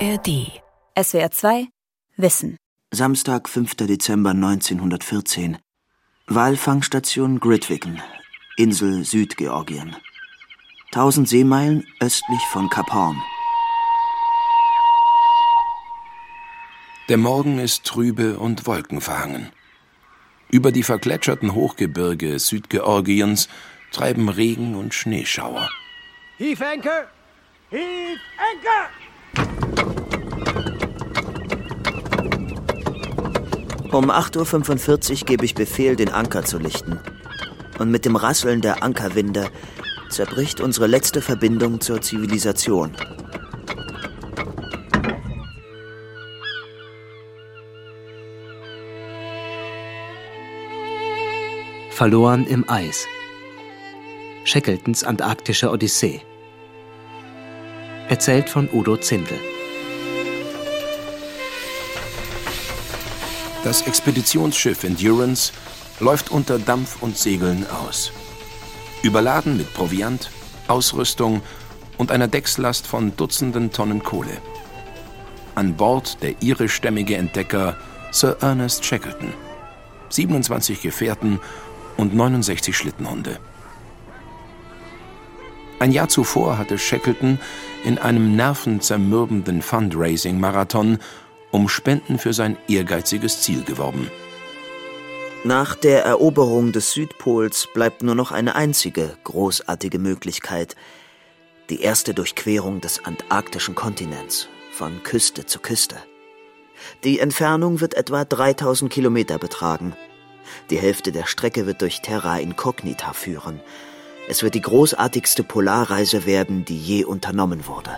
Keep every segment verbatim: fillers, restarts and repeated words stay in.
R D. S W R zwei Wissen. Samstag, fünfter Dezember neunzehnhundertvierzehn. Walfangstation Grytviken, Insel Südgeorgien. Tausend Seemeilen östlich von Kap Horn. Der Morgen ist trübe und wolkenverhangen. Über die vergletscherten Hochgebirge Südgeorgiens treiben Regen und Schneeschauer. Heave anchor! Heave anchor! Um acht Uhr fünfundvierzig gebe ich Befehl, den Anker zu lichten. Und mit dem Rasseln der Ankerwinde zerbricht unsere letzte Verbindung zur Zivilisation. Verloren im Eis. Shackletons antarktische Odyssee. Erzählt von Udo Zindel. Das Expeditionsschiff Endurance läuft unter Dampf und Segeln aus. Überladen mit Proviant, Ausrüstung und einer Deckslast von Dutzenden Tonnen Kohle. An Bord der irischstämmige Entdecker Sir Ernest Shackleton. siebenundzwanzig Gefährten und neunundsechzig Schlittenhunde. Ein Jahr zuvor hatte Shackleton in einem nervenzermürbenden Fundraising-Marathon um Spenden für sein ehrgeiziges Ziel geworben. Nach der Eroberung des Südpols bleibt nur noch eine einzige großartige Möglichkeit: die erste Durchquerung des antarktischen Kontinents, von Küste zu Küste. Die Entfernung wird etwa dreitausend Kilometer betragen. Die Hälfte der Strecke wird durch Terra Incognita führen. Es wird die großartigste Polarreise werden, die je unternommen wurde.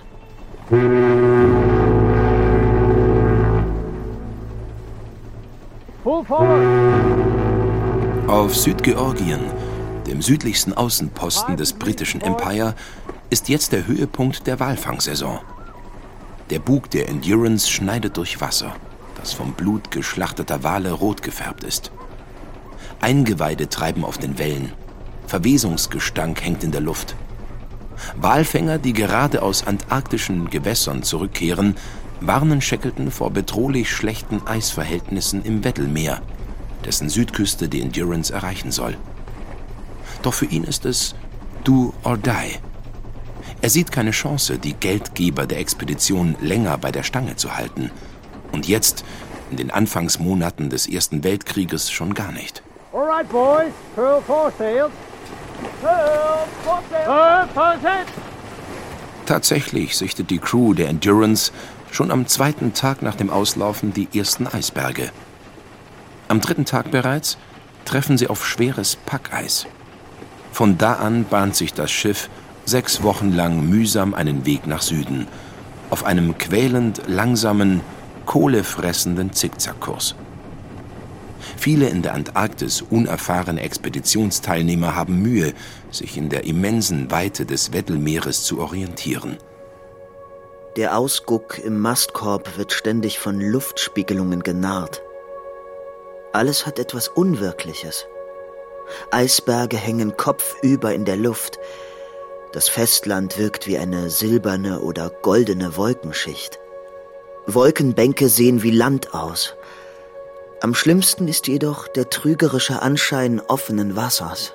Auf Südgeorgien, dem südlichsten Außenposten des britischen Empire, ist jetzt der Höhepunkt der Walfangsaison. Der Bug der Endurance schneidet durch Wasser, das vom Blut geschlachteter Wale rot gefärbt ist. Eingeweide treiben auf den Wellen. Verwesungsgestank hängt in der Luft. Walfänger, die gerade aus antarktischen Gewässern zurückkehren, warnen Shackleton vor bedrohlich schlechten Eisverhältnissen im Weddell-Meer, dessen Südküste die Endurance erreichen soll. Doch für ihn ist es do or die. Er sieht keine Chance, die Geldgeber der Expedition länger bei der Stange zu halten. Und jetzt, in den Anfangsmonaten des Ersten Weltkrieges, schon gar nicht. All right, boys. Furl foresail. Furl foresail. Furl foresail. Tatsächlich sichtet die Crew der Endurance schon am zweiten Tag nach dem Auslaufen die ersten Eisberge. Am dritten Tag bereits treffen sie auf schweres Packeis. Von da an bahnt sich das Schiff sechs Wochen lang mühsam einen Weg nach Süden, auf einem quälend langsamen, kohlefressenden Zickzackkurs. Viele in der Antarktis unerfahrene Expeditionsteilnehmer haben Mühe, sich in der immensen Weite des Weddell-Meeres zu orientieren. Der Ausguck im Mastkorb wird ständig von Luftspiegelungen genarrt. Alles hat etwas Unwirkliches. Eisberge hängen kopfüber in der Luft. Das Festland wirkt wie eine silberne oder goldene Wolkenschicht. Wolkenbänke sehen wie Land aus. Am schlimmsten ist jedoch der trügerische Anschein offenen Wassers.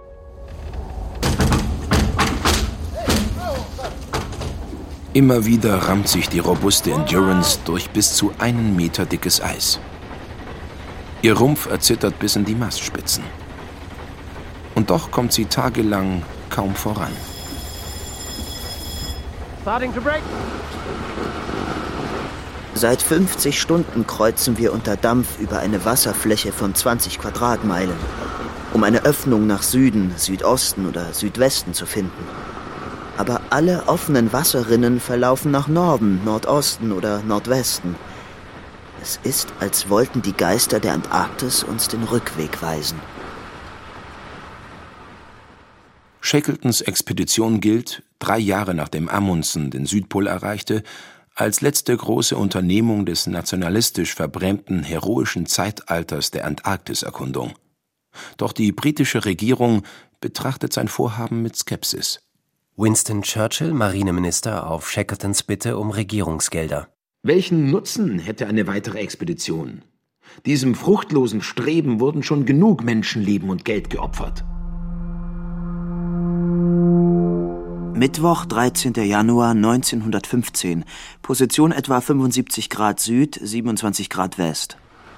Immer wieder rammt sich die robuste Endurance durch bis zu einen Meter dickes Eis. Ihr Rumpf erzittert bis in die Mastspitzen. Und doch kommt sie tagelang kaum voran. Starting to break. Seit fünfzig Stunden kreuzen wir unter Dampf über eine Wasserfläche von zwanzig Quadratmeilen, um eine Öffnung nach Süden, Südosten oder Südwesten zu finden. Aber alle offenen Wasserrinnen verlaufen nach Norden, Nordosten oder Nordwesten. Es ist, als wollten die Geister der Antarktis uns den Rückweg weisen. Shackletons Expedition gilt, drei Jahre nachdem Amundsen den Südpol erreichte, als letzte große Unternehmung des nationalistisch verbrämten heroischen Zeitalters der Antarktiserkundung. Doch die britische Regierung betrachtet sein Vorhaben mit Skepsis. Winston Churchill, Marineminister, auf Shackletons Bitte um Regierungsgelder. Welchen Nutzen hätte eine weitere Expedition? Diesem fruchtlosen Streben wurden schon genug Menschenleben und Geld geopfert. Mittwoch, dreizehnter Januar neunzehnhundertfünfzehn. Position etwa fünfundsiebzig Grad Süd, siebenundzwanzig Grad West.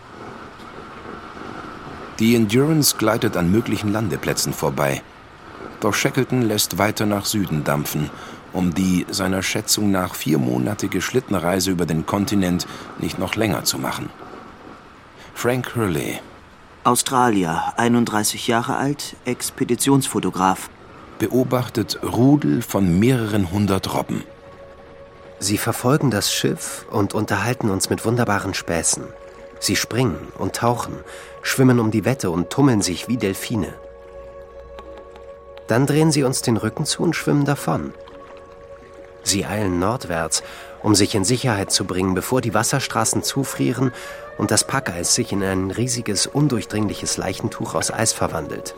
Die Endurance gleitet an möglichen Landeplätzen vorbei. Doch Shackleton lässt weiter nach Süden dampfen, um die seiner Schätzung nach viermonatige Schlittenreise über den Kontinent nicht noch länger zu machen. Frank Hurley, Australier, einunddreißig Jahre alt, Expeditionsfotograf, beobachtet Rudel von mehreren hundert Robben. Sie verfolgen das Schiff und unterhalten uns mit wunderbaren Späßen. Sie springen und tauchen, schwimmen um die Wette und tummeln sich wie Delfine. Dann drehen sie uns den Rücken zu und schwimmen davon. Sie eilen nordwärts, um sich in Sicherheit zu bringen, bevor die Wasserstraßen zufrieren und das Packeis sich in ein riesiges, undurchdringliches Leichentuch aus Eis verwandelt.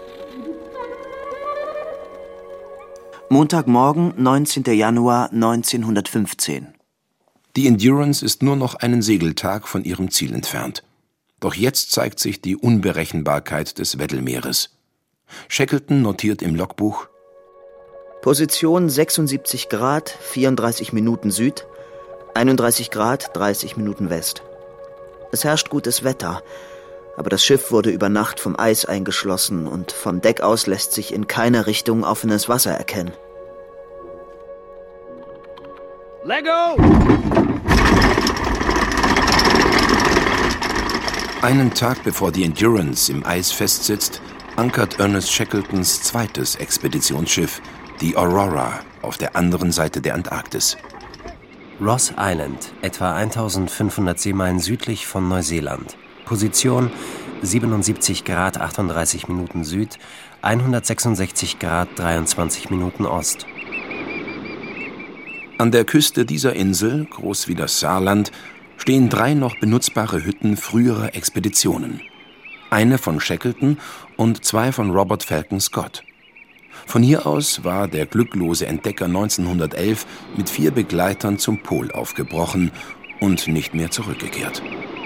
Montagmorgen, neunzehnter Januar neunzehnhundertfünfzehn. Die Endurance ist nur noch einen Segeltag von ihrem Ziel entfernt. Doch jetzt zeigt sich die Unberechenbarkeit des Weddellmeeres. Shackleton notiert im Logbuch: Position sechsundsiebzig Grad, vierunddreißig Minuten Süd, einunddreißig Grad, dreißig Minuten West. Es herrscht gutes Wetter, aber das Schiff wurde über Nacht vom Eis eingeschlossen und vom Deck aus lässt sich in keiner Richtung offenes Wasser erkennen. Let go! Einen Tag bevor die Endurance im Eis festsitzt, ankert Ernest Shackletons zweites Expeditionsschiff, die Aurora, auf der anderen Seite der Antarktis. Ross Island, etwa eintausendfünfhundert Seemeilen südlich von Neuseeland. Position siebenundsiebzig Grad achtunddreißig Minuten Süd, hundertsechsundsechzig Grad dreiundzwanzig Minuten Ost. An der Küste dieser Insel, groß wie das Saarland, stehen drei noch benutzbare Hütten früherer Expeditionen. Eine von Shackleton und zwei von Robert Falcon Scott. Von hier aus war der glücklose Entdecker neunzehnhundertelf mit vier Begleitern zum Pol aufgebrochen und nicht mehr zurückgekehrt.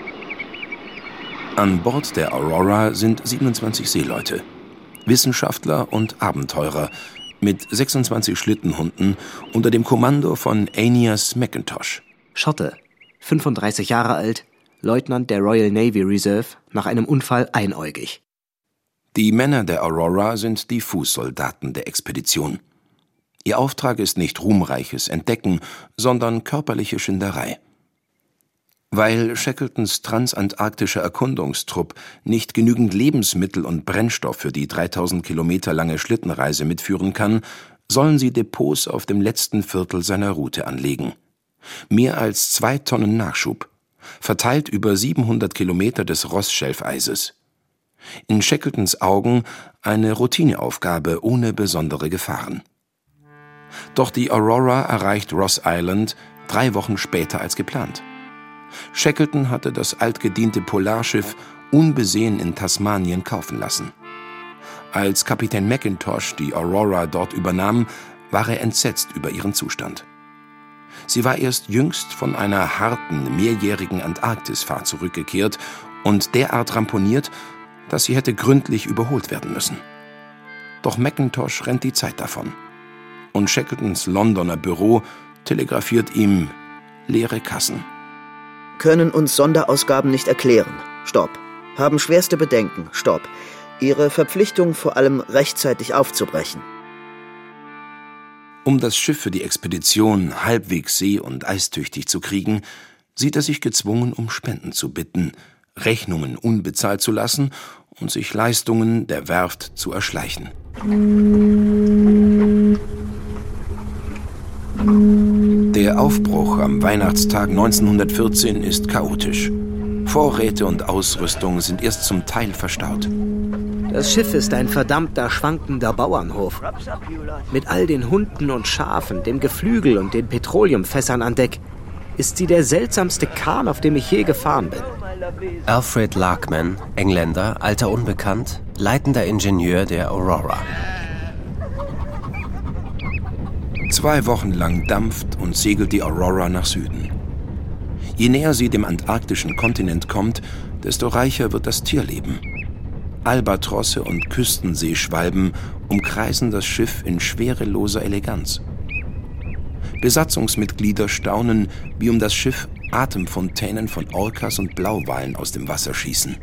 An Bord der Aurora sind siebenundzwanzig Seeleute, Wissenschaftler und Abenteurer mit sechsundzwanzig Schlittenhunden unter dem Kommando von Aeneas Mackintosh. Schotte, fünfunddreißig Jahre alt, Leutnant der Royal Navy Reserve, nach einem Unfall einäugig. Die Männer der Aurora sind die Fußsoldaten der Expedition. Ihr Auftrag ist nicht ruhmreiches Entdecken, sondern körperliche Schinderei. Weil Shackletons transantarktischer Erkundungstrupp nicht genügend Lebensmittel und Brennstoff für die dreitausend Kilometer lange Schlittenreise mitführen kann, sollen sie Depots auf dem letzten Viertel seiner Route anlegen. Mehr als zwei Tonnen Nachschub, verteilt über siebenhundert Kilometer des Rossschelfeises. In Shackletons Augen eine Routineaufgabe ohne besondere Gefahren. Doch die Aurora erreicht Ross Island drei Wochen später als geplant. Shackleton hatte das altgediente Polarschiff unbesehen in Tasmanien kaufen lassen. Als Kapitän Mackintosh die Aurora dort übernahm, war er entsetzt über ihren Zustand. Sie war erst jüngst von einer harten, mehrjährigen Antarktisfahrt zurückgekehrt und derart ramponiert, dass sie hätte gründlich überholt werden müssen. Doch Mackintosh rennt die Zeit davon. Und Shackletons Londoner Büro telegrafiert ihm leere Kassen. Können uns Sonderausgaben nicht erklären. Stopp. Haben schwerste Bedenken. Stopp. Ihre Verpflichtung vor allem rechtzeitig aufzubrechen. Um das Schiff für die Expedition halbwegs see- und eistüchtig zu kriegen, sieht er sich gezwungen, um Spenden zu bitten, Rechnungen unbezahlt zu lassen und sich Leistungen der Werft zu erschleichen. Der Aufbruch am Weihnachtstag neunzehnhundertvierzehn ist chaotisch. Vorräte und Ausrüstung sind erst zum Teil verstaut. Das Schiff ist ein verdammter, schwankender Bauernhof. Mit all den Hunden und Schafen, dem Geflügel und den Petroleumfässern an Deck ist sie der seltsamste Kahn, auf dem ich je gefahren bin. Alfred Larkman, Engländer, Alter unbekannt, leitender Ingenieur der Aurora. Zwei Wochen lang dampft und segelt die Aurora nach Süden. Je näher sie dem antarktischen Kontinent kommt, desto reicher wird das Tierleben. Albatrosse und Küstenseeschwalben umkreisen das Schiff in schwereloser Eleganz. Besatzungsmitglieder staunen, wie um das Schiff Atemfontänen von Orcas und Blauwalen aus dem Wasser schießen.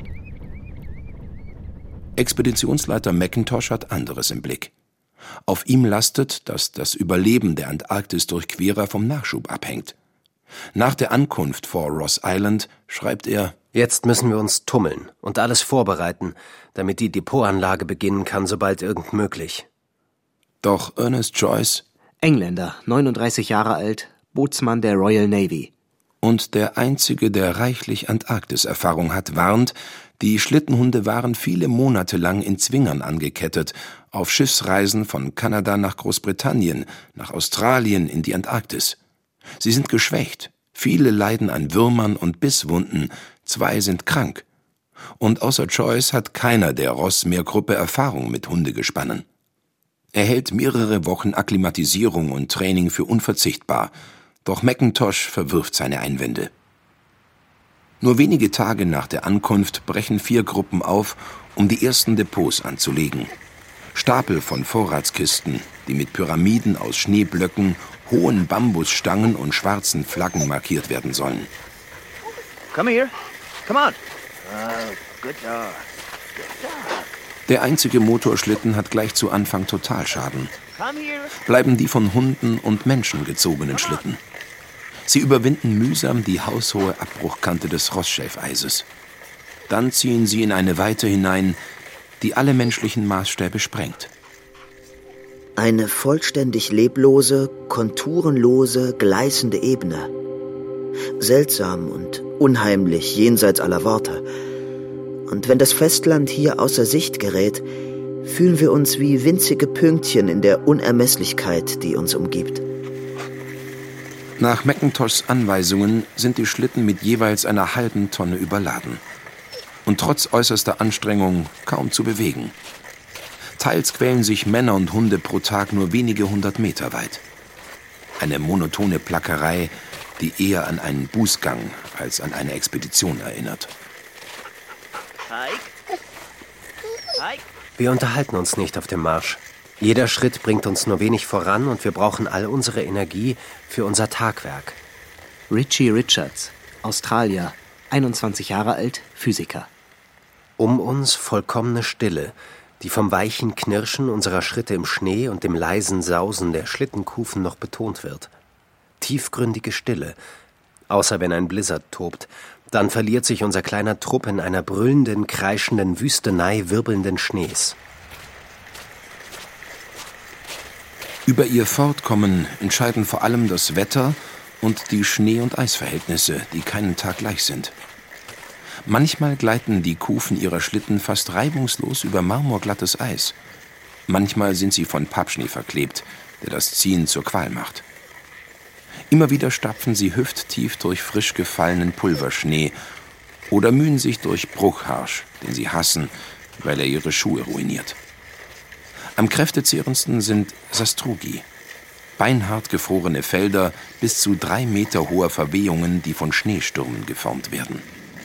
Expeditionsleiter McIntosh hat anderes im Blick. Auf ihm lastet, dass das Überleben der Antarktis-Durchquerer vom Nachschub abhängt. Nach der Ankunft vor Ross Island schreibt er: Jetzt müssen wir uns tummeln und alles vorbereiten, damit die Depotanlage beginnen kann, sobald irgend möglich. Doch Ernest Joyce, Engländer, neununddreißig Jahre alt, Bootsmann der Royal Navy und der Einzige, der reichlich Antarktis-Erfahrung hat, warnt, die Schlittenhunde waren viele Monate lang in Zwingern angekettet, auf Schiffsreisen von Kanada nach Großbritannien, nach Australien in die Antarktis. Sie sind geschwächt, viele leiden an Würmern und Bisswunden, zwei sind krank. Und außer Joyce hat keiner der Ross-Meergruppe Erfahrung mit Hundegespannen. Er hält mehrere Wochen Akklimatisierung und Training für unverzichtbar, doch McIntosh verwirft seine Einwände. Nur wenige Tage nach der Ankunft brechen vier Gruppen auf, um die ersten Depots anzulegen. Stapel von Vorratskisten, die mit Pyramiden aus Schneeblöcken, hohen Bambusstangen und schwarzen Flaggen markiert werden sollen. Come here. Come on. Oh, good dog. Good dog. Der einzige Motorschlitten hat gleich zu Anfang Totalschaden. Bleiben die von Hunden und Menschen gezogenen Schlitten. Sie überwinden mühsam die haushohe Abbruchkante des Rossschelfeises. Dann ziehen sie in eine Weite hinein, die alle menschlichen Maßstäbe sprengt. Eine vollständig leblose, konturenlose, gleißende Ebene. Seltsam und unheimlich jenseits aller Worte. Und wenn das Festland hier außer Sicht gerät, fühlen wir uns wie winzige Pünktchen in der Unermesslichkeit, die uns umgibt. Nach McIntoshs Anweisungen sind die Schlitten mit jeweils einer halben Tonne überladen. Und trotz äußerster Anstrengung kaum zu bewegen. Teils quälen sich Männer und Hunde pro Tag nur wenige hundert Meter weit. Eine monotone Plackerei, die eher an einen Bußgang als an eine Expedition erinnert. Wir unterhalten uns nicht auf dem Marsch. Jeder Schritt bringt uns nur wenig voran und wir brauchen all unsere Energie für unser Tagwerk. Richie Richards, Australier, einundzwanzig Jahre alt, Physiker. Um uns vollkommene Stille, die vom weichen Knirschen unserer Schritte im Schnee und dem leisen Sausen der Schlittenkufen noch betont wird. Tiefgründige Stille, außer wenn ein Blizzard tobt. Dann verliert sich unser kleiner Trupp in einer brüllenden, kreischenden Wüstenei wirbelnden Schnees. Über ihr Fortkommen entscheiden vor allem das Wetter und die Schnee- und Eisverhältnisse, die keinen Tag gleich sind. Manchmal gleiten die Kufen ihrer Schlitten fast reibungslos über marmorglattes Eis. Manchmal sind sie von Pappschnee verklebt, der das Ziehen zur Qual macht. Immer wieder stapfen sie hüfttief durch frisch gefallenen Pulverschnee oder mühen sich durch Bruchharsch, den sie hassen, weil er ihre Schuhe ruiniert. Am kräftezehrendsten sind Sastrugi, beinhart gefrorene Felder bis zu drei Meter hoher Verwehungen, die von Schneestürmen geformt werden.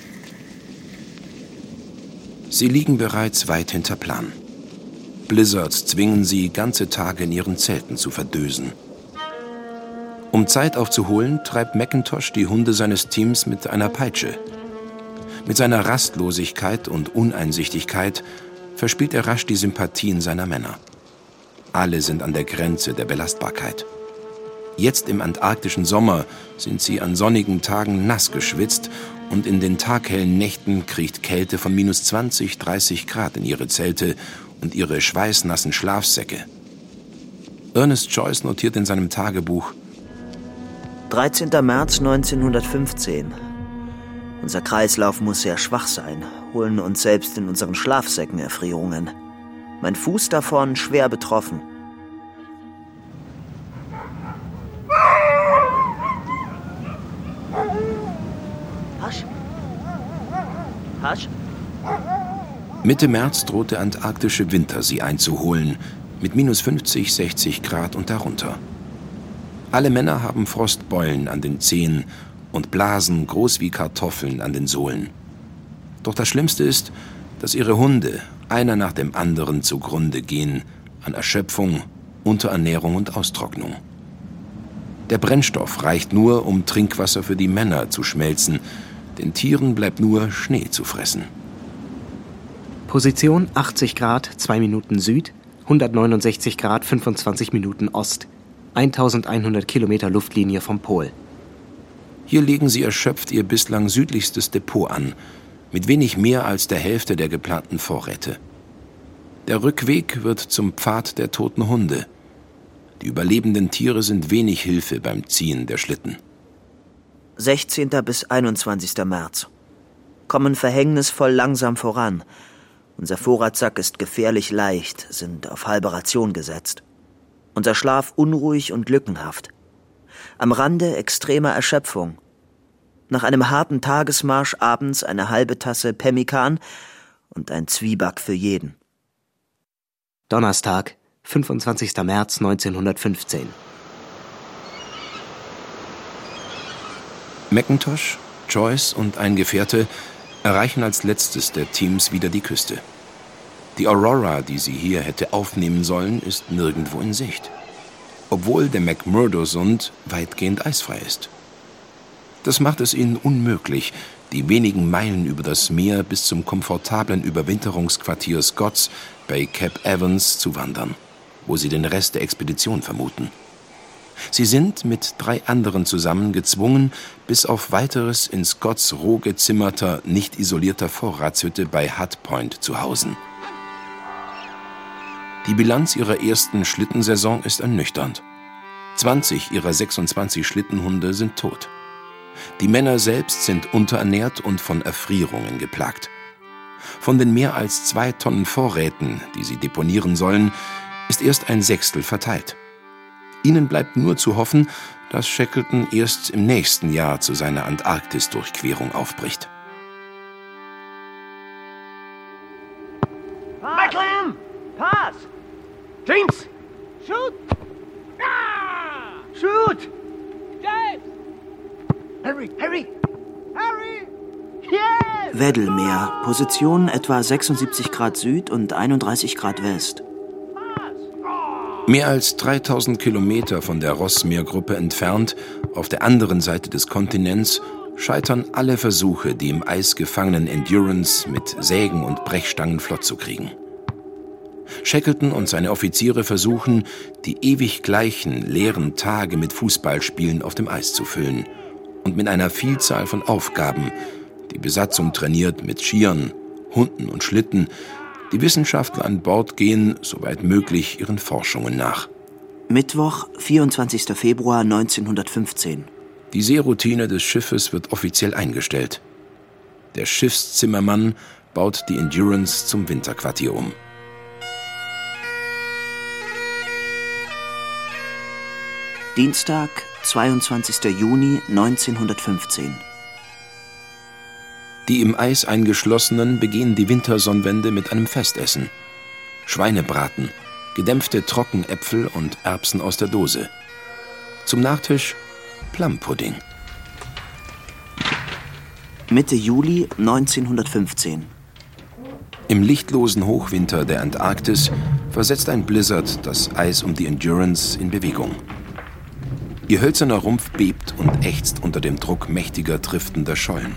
Sie liegen bereits weit hinter Plan. Blizzards zwingen sie, ganze Tage in ihren Zelten zu verdösen. Um Zeit aufzuholen, treibt McIntosh die Hunde seines Teams mit einer Peitsche. Mit seiner Rastlosigkeit und Uneinsichtigkeit verspielt er rasch die Sympathien seiner Männer. Alle sind an der Grenze der Belastbarkeit. Jetzt im antarktischen Sommer sind sie an sonnigen Tagen nass geschwitzt und in den taghellen Nächten kriecht Kälte von minus zwanzig, dreißig Grad in ihre Zelte und ihre schweißnassen Schlafsäcke. Ernest Joyce notiert in seinem Tagebuch: dreizehnter März neunzehnhundertfünfzehn. Unser Kreislauf muss sehr schwach sein, holen uns selbst in unseren Schlafsäcken Erfrierungen. Mein Fuß davon schwer betroffen. Hasch. Hasch. Mitte März droht der antarktische Winter sie einzuholen, mit minus fünfzig, sechzig Grad und darunter. Alle Männer haben Frostbeulen an den Zehen und Blasen groß wie Kartoffeln an den Sohlen. Doch das Schlimmste ist, dass ihre Hunde einer nach dem anderen zugrunde gehen an Erschöpfung, Unterernährung und Austrocknung. Der Brennstoff reicht nur, um Trinkwasser für die Männer zu schmelzen. Den Tieren bleibt nur Schnee zu fressen. Position achtzig Grad, zwei Minuten Süd, hundertneunundsechzig Grad, fünfundzwanzig Minuten Ost. eintausendeinhundert Kilometer Luftlinie vom Pol. Hier legen sie erschöpft ihr bislang südlichstes Depot an, mit wenig mehr als der Hälfte der geplanten Vorräte. Der Rückweg wird zum Pfad der toten Hunde. Die überlebenden Tiere sind wenig Hilfe beim Ziehen der Schlitten. sechzehnten bis einundzwanzigsten März. Kommen verhängnisvoll langsam voran. Unser Vorratssack ist gefährlich leicht, sind auf halbe Ration gesetzt. Unser Schlaf unruhig und lückenhaft. Am Rande extremer Erschöpfung. Nach einem harten Tagesmarsch abends eine halbe Tasse Pemmikan und ein Zwieback für jeden. Donnerstag, fünfundzwanzigsten März neunzehnhundertfünfzehn. McIntosh, Joyce und ein Gefährte erreichen als letztes der Teams wieder die Küste. Die Aurora, die sie hier hätte aufnehmen sollen, ist nirgendwo in Sicht. Obwohl der McMurdo-Sund weitgehend eisfrei ist. Das macht es ihnen unmöglich, die wenigen Meilen über das Meer bis zum komfortablen Überwinterungsquartier Scott's bei Cape Evans zu wandern, wo sie den Rest der Expedition vermuten. Sie sind mit drei anderen zusammen gezwungen, bis auf Weiteres in Scott's roh gezimmerter, nicht isolierter Vorratshütte bei Hut Point zu hausen. Die Bilanz ihrer ersten Schlittensaison ist ernüchternd. zwanzig ihrer sechsundzwanzig Schlittenhunde sind tot. Die Männer selbst sind unterernährt und von Erfrierungen geplagt. Von den mehr als zwei Tonnen Vorräten, die sie deponieren sollen, ist erst ein Sechstel verteilt. Ihnen bleibt nur zu hoffen, dass Shackleton erst im nächsten Jahr zu seiner Antarktis-Durchquerung aufbricht. Macklin! Pass! James! Shoot! Ah! Shoot! James! Harry! Harry! Harry! Yes! Weddell-Meer, Position etwa sechsundsiebzig Grad Süd und einunddreißig Grad West. Mehr als dreitausend Kilometer von der Rossmeer-Gruppe entfernt, auf der anderen Seite des Kontinents, scheitern alle Versuche, die im Eis gefangenen Endurance mit Sägen und Brechstangen flott zu kriegen. Shackleton und seine Offiziere versuchen, die ewig gleichen leeren Tage mit Fußballspielen auf dem Eis zu füllen und mit einer Vielzahl von Aufgaben, die Besatzung trainiert mit Skiern, Hunden und Schlitten. Die Wissenschaftler an Bord gehen, soweit möglich, ihren Forschungen nach. Mittwoch, vierundzwanzigsten Februar neunzehnhundertfünfzehn. Die Seeroutine des Schiffes wird offiziell eingestellt. Der Schiffszimmermann baut die Endurance zum Winterquartier um. Dienstag, zweiundzwanzigsten Juni neunzehnhundertfünfzehn. Die im Eis Eingeschlossenen begehen die Wintersonnenwende mit einem Festessen. Schweinebraten, gedämpfte Trockenäpfel und Erbsen aus der Dose. Zum Nachtisch Plumpudding. Mitte Juli neunzehnhundertfünfzehn. Im lichtlosen Hochwinter der Antarktis versetzt ein Blizzard das Eis um die Endurance in Bewegung. Ihr hölzerner Rumpf bebt und ächzt unter dem Druck mächtiger triftender Schollen.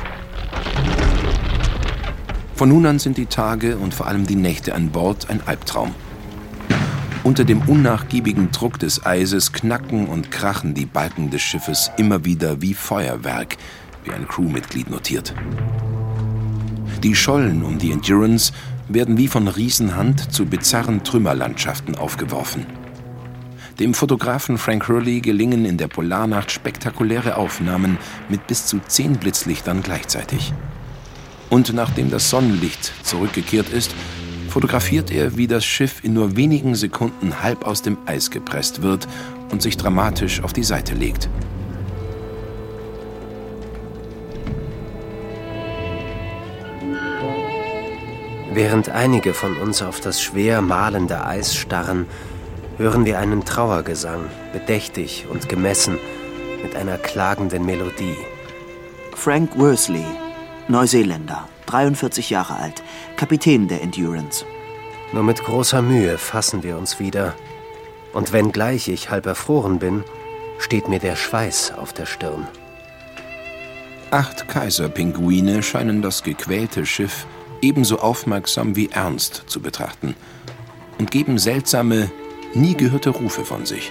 Von nun an sind die Tage und vor allem die Nächte an Bord ein Albtraum. Unter dem unnachgiebigen Druck des Eises knacken und krachen die Balken des Schiffes immer wieder wie Feuerwerk, wie ein Crewmitglied notiert. Die Schollen um die Endurance werden wie von Riesenhand zu bizarren Trümmerlandschaften aufgeworfen. Dem Fotografen Frank Hurley gelingen in der Polarnacht spektakuläre Aufnahmen mit bis zu zehn Blitzlichtern gleichzeitig. Und nachdem das Sonnenlicht zurückgekehrt ist, fotografiert er, wie das Schiff in nur wenigen Sekunden halb aus dem Eis gepresst wird und sich dramatisch auf die Seite legt. Während einige von uns auf das schwer mahlende Eis starren, hören wir einen Trauergesang, bedächtig und gemessen, mit einer klagenden Melodie. Frank Worsley, Neuseeländer, dreiundvierzig Jahre alt, Kapitän der Endurance. Nur mit großer Mühe fassen wir uns wieder. Und wenngleich ich halb erfroren bin, steht mir der Schweiß auf der Stirn. Acht Kaiserpinguine scheinen das gequälte Schiff ebenso aufmerksam wie ernst zu betrachten und geben seltsame, nie gehörte Rufe von sich.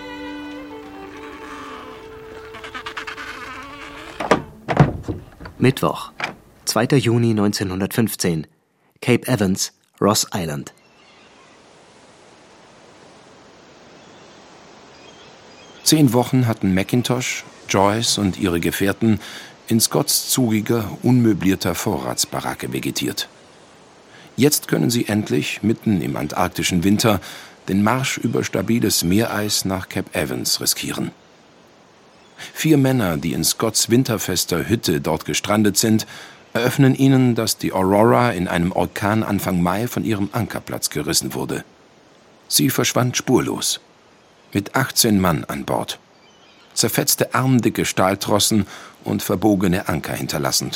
Mittwoch, zweiter Juni neunzehnhundertfünfzehn, Cape Evans, Ross Island. Zehn Wochen hatten Mackintosh, Joyce und ihre Gefährten in Scotts zugiger, unmöblierter Vorratsbaracke vegetiert. Jetzt können sie endlich, mitten im antarktischen Winter, den Marsch über stabiles Meereis nach Cape Evans riskieren. Vier Männer, die in Scotts winterfester Hütte dort gestrandet sind, eröffnen ihnen, dass die Aurora in einem Orkan Anfang Mai von ihrem Ankerplatz gerissen wurde. Sie verschwand spurlos, mit achtzehn Mann an Bord, zerfetzte armdicke Stahltrossen und verbogene Anker hinterlassend.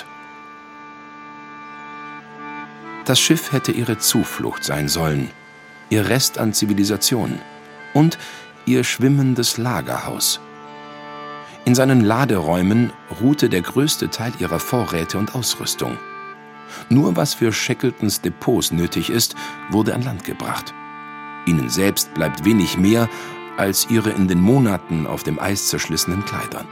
Das Schiff hätte ihre Zuflucht sein sollen, ihr Rest an Zivilisation und ihr schwimmendes Lagerhaus. In seinen Laderäumen ruhte der größte Teil ihrer Vorräte und Ausrüstung. Nur was für Shackletons Depots nötig ist, wurde an Land gebracht. Ihnen selbst bleibt wenig mehr als ihre in den Monaten auf dem Eis zerschlissenen Kleidern.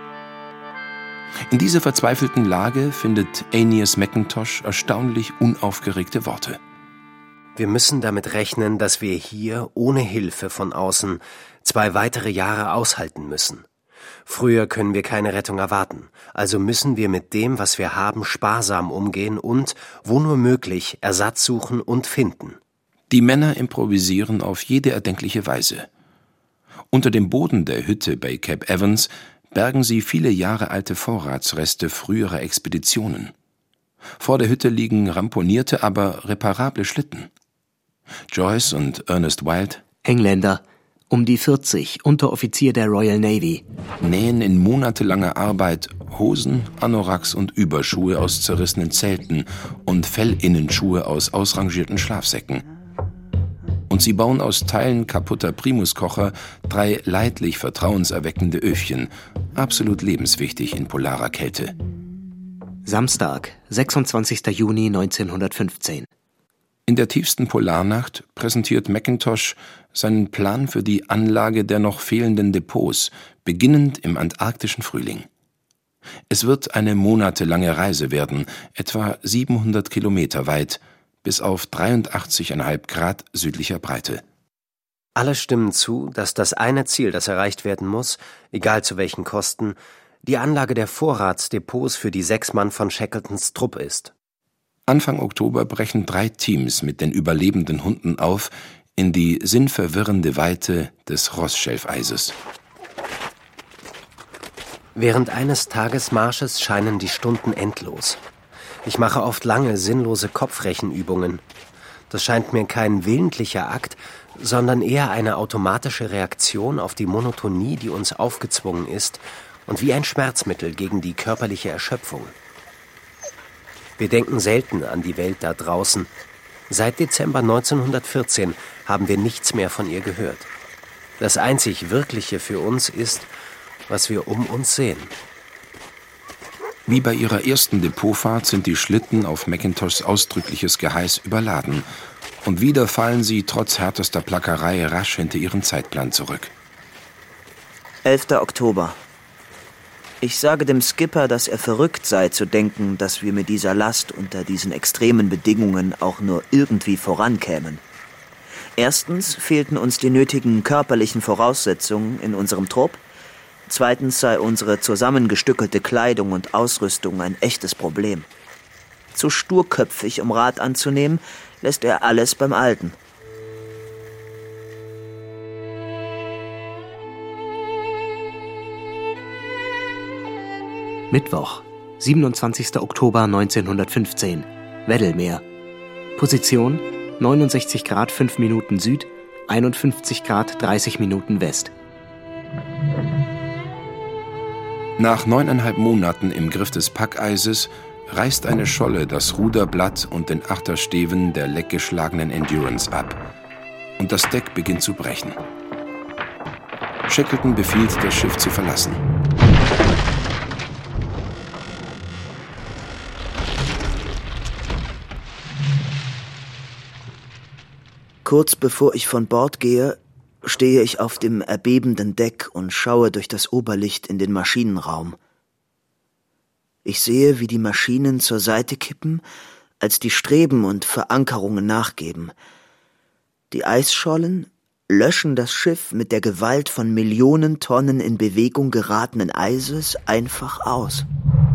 In dieser verzweifelten Lage findet Aeneas Mackintosh erstaunlich unaufgeregte Worte. Wir müssen damit rechnen, dass wir hier ohne Hilfe von außen zwei weitere Jahre aushalten müssen. Früher können wir keine Rettung erwarten, also müssen wir mit dem, was wir haben, sparsam umgehen und, wo nur möglich, Ersatz suchen und finden. Die Männer improvisieren auf jede erdenkliche Weise. Unter dem Boden der Hütte bei Cape Evans bergen sie viele Jahre alte Vorratsreste früherer Expeditionen. Vor der Hütte liegen ramponierte, aber reparable Schlitten. Joyce und Ernest Wild, Engländer, um die vierzig, Unteroffizier der Royal Navy, nähen in monatelanger Arbeit Hosen, Anoraks und Überschuhe aus zerrissenen Zelten und Fellinnenschuhe aus ausrangierten Schlafsäcken. Und sie bauen aus Teilen kaputter Primuskocher drei leidlich vertrauenserweckende Öfchen, absolut lebenswichtig in polarer Kälte. Samstag, sechsundzwanzigster Juni neunzehnhundertfünfzehn. In der tiefsten Polarnacht präsentiert Mackintosh seinen Plan für die Anlage der noch fehlenden Depots, beginnend im antarktischen Frühling. Es wird eine monatelange Reise werden, etwa siebenhundert Kilometer weit, bis auf dreiundachtzig Komma fünf Grad südlicher Breite. Alle stimmen zu, dass das eine Ziel, das erreicht werden muss, egal zu welchen Kosten, die Anlage der Vorratsdepots für die sechs Mann von Shackletons Trupp ist. Anfang Oktober brechen drei Teams mit den überlebenden Hunden auf in die sinnverwirrende Weite des Rossschelfeises. Während eines Tagesmarsches scheinen die Stunden endlos. Ich mache oft lange, sinnlose Kopfrechenübungen. Das scheint mir kein willentlicher Akt, sondern eher eine automatische Reaktion auf die Monotonie, die uns aufgezwungen ist, und wie ein Schmerzmittel gegen die körperliche Erschöpfung. Wir denken selten an die Welt da draußen. Seit Dezember neunzehnhundertvierzehn haben wir nichts mehr von ihr gehört. Das einzig Wirkliche für uns ist, was wir um uns sehen. Wie bei ihrer ersten Depotfahrt sind die Schlitten auf Mackintoshs ausdrückliches Geheiß überladen. Und wieder fallen sie trotz härtester Plackerei rasch hinter ihren Zeitplan zurück. elfter Oktober. Ich sage dem Skipper, dass er verrückt sei, zu denken, dass wir mit dieser Last unter diesen extremen Bedingungen auch nur irgendwie vorankämen. Erstens fehlten uns die nötigen körperlichen Voraussetzungen in unserem Trupp. Zweitens sei unsere zusammengestückelte Kleidung und Ausrüstung ein echtes Problem. Zu sturköpfig, um Rat anzunehmen, lässt er alles beim Alten. Mittwoch, siebenundzwanzigster Oktober neunzehnhundertfünfzehn, Weddellmeer. Position neunundsechzig Grad fünf Minuten Süd, einundfünfzig Grad dreißig Minuten West. Nach neuneinhalb Monaten im Griff des Packeises reißt eine Scholle das Ruderblatt und den Achtersteven der leckgeschlagenen Endurance ab. Und das Deck beginnt zu brechen. Shackleton befiehlt, das Schiff zu verlassen. Kurz bevor ich von Bord gehe, stehe ich auf dem erbebenden Deck und schaue durch das Oberlicht in den Maschinenraum. Ich sehe, wie die Maschinen zur Seite kippen, als die Streben und Verankerungen nachgeben. Die Eisschollen löschen das Schiff mit der Gewalt von Millionen Tonnen in Bewegung geratenen Eises einfach aus.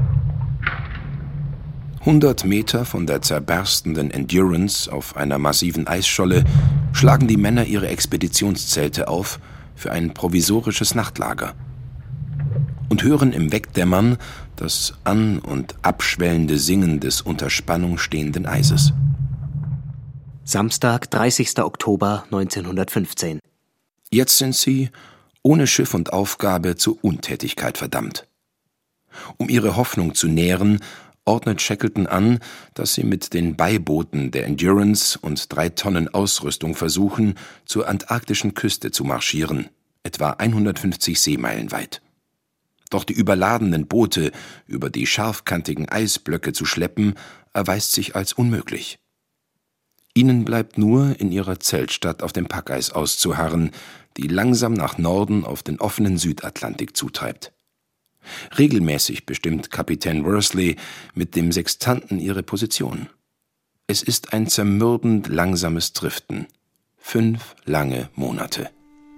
Hundert Meter von der zerberstenden Endurance auf einer massiven Eisscholle schlagen die Männer ihre Expeditionszelte auf für ein provisorisches Nachtlager und hören im Wegdämmern das an- und abschwellende Singen des unter Spannung stehenden Eises. Samstag, dreißigster Oktober neunzehnhundertfünfzehn. Jetzt sind sie, ohne Schiff und Aufgabe, zur Untätigkeit verdammt. Um ihre Hoffnung zu nähren, ordnet Shackleton an, dass sie mit den Beibooten der Endurance und drei Tonnen Ausrüstung versuchen, zur antarktischen Küste zu marschieren, etwa hundertfünfzig Seemeilen weit. Doch die überladenen Boote über die scharfkantigen Eisblöcke zu schleppen, erweist sich als unmöglich. Ihnen bleibt nur, in ihrer Zeltstadt auf dem Packeis auszuharren, die langsam nach Norden auf den offenen Südatlantik zutreibt. Regelmäßig bestimmt Kapitän Worsley mit dem Sextanten ihre Position. Es ist ein zermürbend langsames Driften. Fünf lange Monate.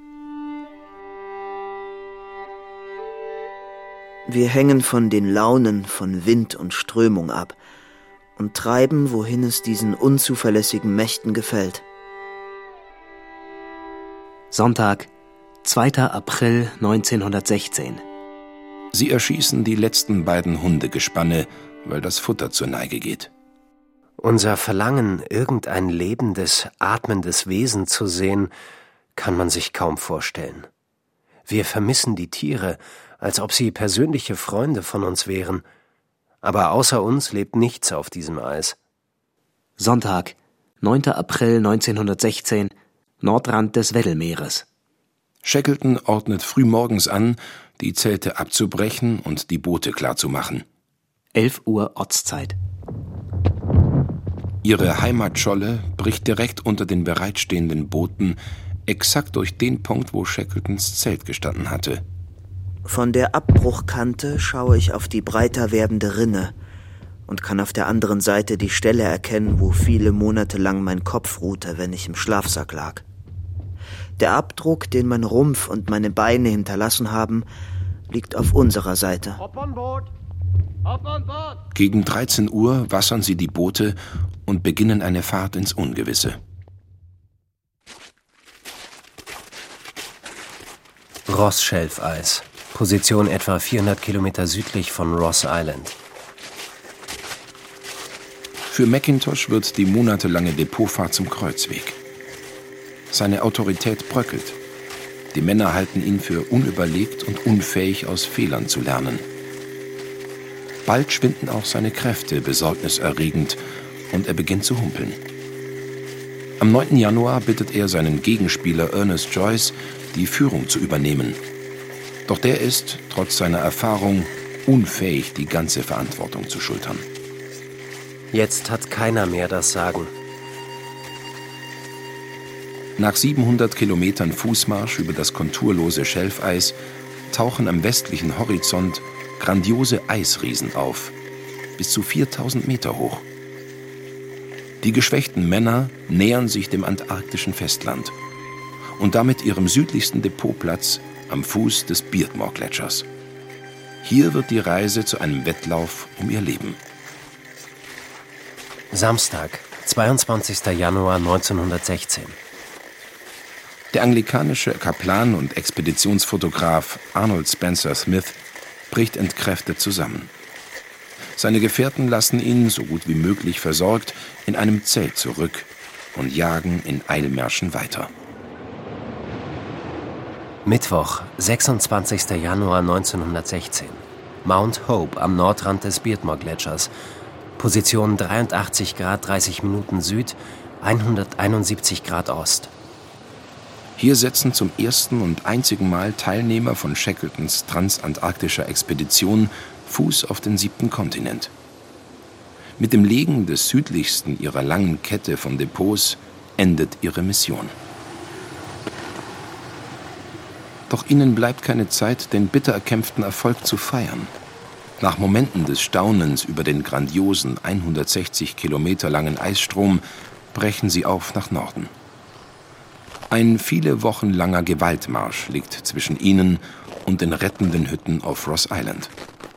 Wir hängen von den Launen von Wind und Strömung ab und treiben, wohin es diesen unzuverlässigen Mächten gefällt. Sonntag, zweiter April neunzehnhundertsechzehn. Sie erschießen die letzten beiden Hundegespanne, weil das Futter zur Neige geht. Unser Verlangen, irgendein lebendes, atmendes Wesen zu sehen, kann man sich kaum vorstellen. Wir vermissen die Tiere, als ob sie persönliche Freunde von uns wären. Aber außer uns lebt nichts auf diesem Eis. Sonntag, neunter April neunzehnhundertsechzehn, Nordrand des Weddellmeeres. Shackleton ordnet frühmorgens an, die Zelte abzubrechen und die Boote klarzumachen. elf Uhr Ortszeit. Ihre Heimatscholle bricht direkt unter den bereitstehenden Booten, exakt durch den Punkt, wo Shackletons Zelt gestanden hatte. Von der Abbruchkante schaue ich auf die breiter werdende Rinne und kann auf der anderen Seite die Stelle erkennen, wo viele Monate lang mein Kopf ruhte, wenn ich im Schlafsack lag. Der Abdruck, den mein Rumpf und meine Beine hinterlassen haben, liegt auf unserer Seite. Gegen dreizehn Uhr wassern sie die Boote und beginnen eine Fahrt ins Ungewisse. Ross-Schelfeis. Position etwa vierhundert Kilometer südlich von Ross Island. Für Mackintosh wird die monatelange Depotfahrt zum Kreuzweg. Seine Autorität bröckelt. Die Männer halten ihn für unüberlegt und unfähig, aus Fehlern zu lernen. Bald schwinden auch seine Kräfte besorgniserregend und er beginnt zu humpeln. Am neunten Januar bittet er seinen Gegenspieler Ernest Joyce, die Führung zu übernehmen. Doch der ist, trotz seiner Erfahrung, unfähig, die ganze Verantwortung zu schultern. Jetzt hat keiner mehr das Sagen. Nach siebenhundert Kilometern Fußmarsch über das konturlose Schelfeis tauchen am westlichen Horizont grandiose Eisriesen auf, bis zu viertausend Meter hoch. Die geschwächten Männer nähern sich dem antarktischen Festland und damit ihrem südlichsten Depotplatz am Fuß des Beardmore-Gletschers. Hier wird die Reise zu einem Wettlauf um ihr Leben. Samstag, zweiundzwanzigster Januar neunzehnhundertsechzehn. Der anglikanische Kaplan und Expeditionsfotograf Arnold Spencer Smith bricht entkräftet zusammen. Seine Gefährten lassen ihn, so gut wie möglich versorgt, in einem Zelt zurück und jagen in Eilmärschen weiter. Mittwoch, sechsundzwanzigster Januar neunzehnhundertsechzehn. Mount Hope am Nordrand des Beardmore-Gletschers. Position dreiundachtzig Grad dreißig Minuten Süd, hunderteinundsiebzig Grad Ost. Hier setzen zum ersten und einzigen Mal Teilnehmer von Shackletons transantarktischer Expedition Fuß auf den siebten Kontinent. Mit dem Legen des südlichsten ihrer langen Kette von Depots endet ihre Mission. Doch ihnen bleibt keine Zeit, den bitter erkämpften Erfolg zu feiern. Nach Momenten des Staunens über den grandiosen hundertsechzig Kilometer langen Eisstrom brechen sie auf nach Norden. Ein viele Wochen langer Gewaltmarsch liegt zwischen ihnen und den rettenden Hütten auf Ross Island.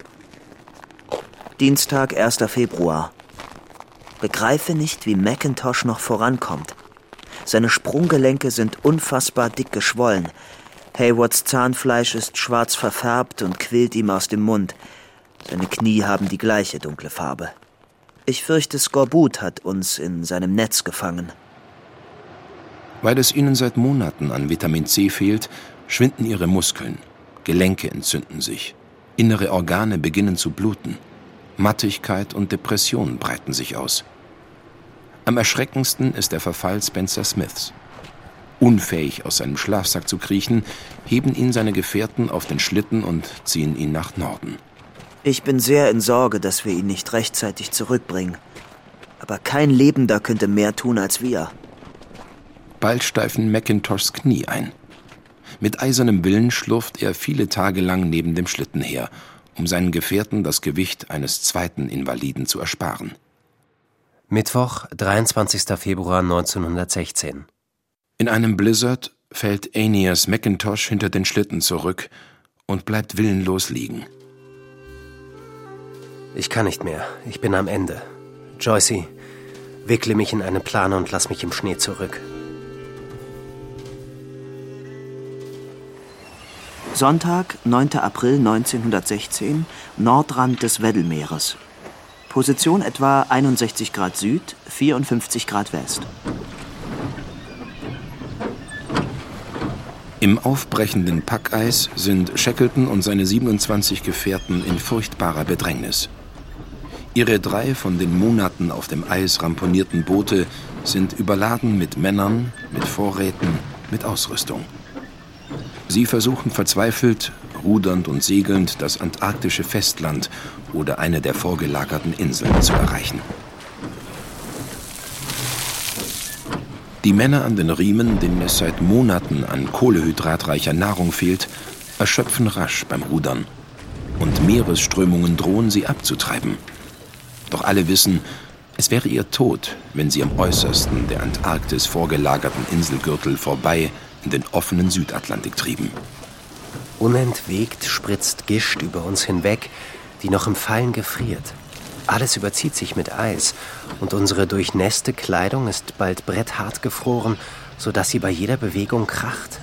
Dienstag, erster Februar. Begreife nicht, wie Mackintosh noch vorankommt. Seine Sprunggelenke sind unfassbar dick geschwollen. Haywards Zahnfleisch ist schwarz verfärbt und quillt ihm aus dem Mund. Seine Knie haben die gleiche dunkle Farbe. Ich fürchte, Skorbut hat uns in seinem Netz gefangen. Weil es ihnen seit Monaten an Vitamin C fehlt, schwinden ihre Muskeln, Gelenke entzünden sich, innere Organe beginnen zu bluten. Mattigkeit und Depression breiten sich aus. Am erschreckendsten ist der Verfall Spencer Smiths. Unfähig aus seinem Schlafsack zu kriechen, heben ihn seine Gefährten auf den Schlitten und ziehen ihn nach Norden. Ich bin sehr in Sorge, dass wir ihn nicht rechtzeitig zurückbringen. Aber kein Lebender könnte mehr tun als wir. Bald steifen Mackintoshs Knie ein. Mit eisernem Willen schlurft er viele Tage lang neben dem Schlitten her, um seinen Gefährten das Gewicht eines zweiten Invaliden zu ersparen. Mittwoch, dreiundzwanzigster Februar neunzehnhundertsechzehn. In einem Blizzard fällt Aeneas Mackintosh hinter den Schlitten zurück und bleibt willenlos liegen. Ich kann nicht mehr. Ich bin am Ende. Joycey, wickle mich in eine Plane und lass mich im Schnee zurück. Sonntag, neunter April neunzehnhundertsechzehn, Nordrand des Weddellmeeres. Position etwa einundsechzig Grad Süd, vierundfünfzig Grad West. Im aufbrechenden Packeis sind Shackleton und seine siebenundzwanzig Gefährten in furchtbarer Bedrängnis. Ihre drei von den Monaten auf dem Eis ramponierten Boote sind überladen mit Männern, mit Vorräten, mit Ausrüstung. Sie versuchen verzweifelt, rudernd und segelnd, das antarktische Festland oder eine der vorgelagerten Inseln zu erreichen. Die Männer an den Riemen, denen es seit Monaten an kohlehydratreicher Nahrung fehlt, erschöpfen rasch beim Rudern. Und Meeresströmungen drohen, sie abzutreiben. Doch alle wissen, es wäre ihr Tod, wenn sie am äußersten der Antarktis vorgelagerten Inselgürtel vorbei in den offenen Südatlantik trieben. Unentwegt spritzt Gischt über uns hinweg, die noch im Fallen gefriert. Alles überzieht sich mit Eis und unsere durchnässte Kleidung ist bald bretthart gefroren, sodass sie bei jeder Bewegung kracht.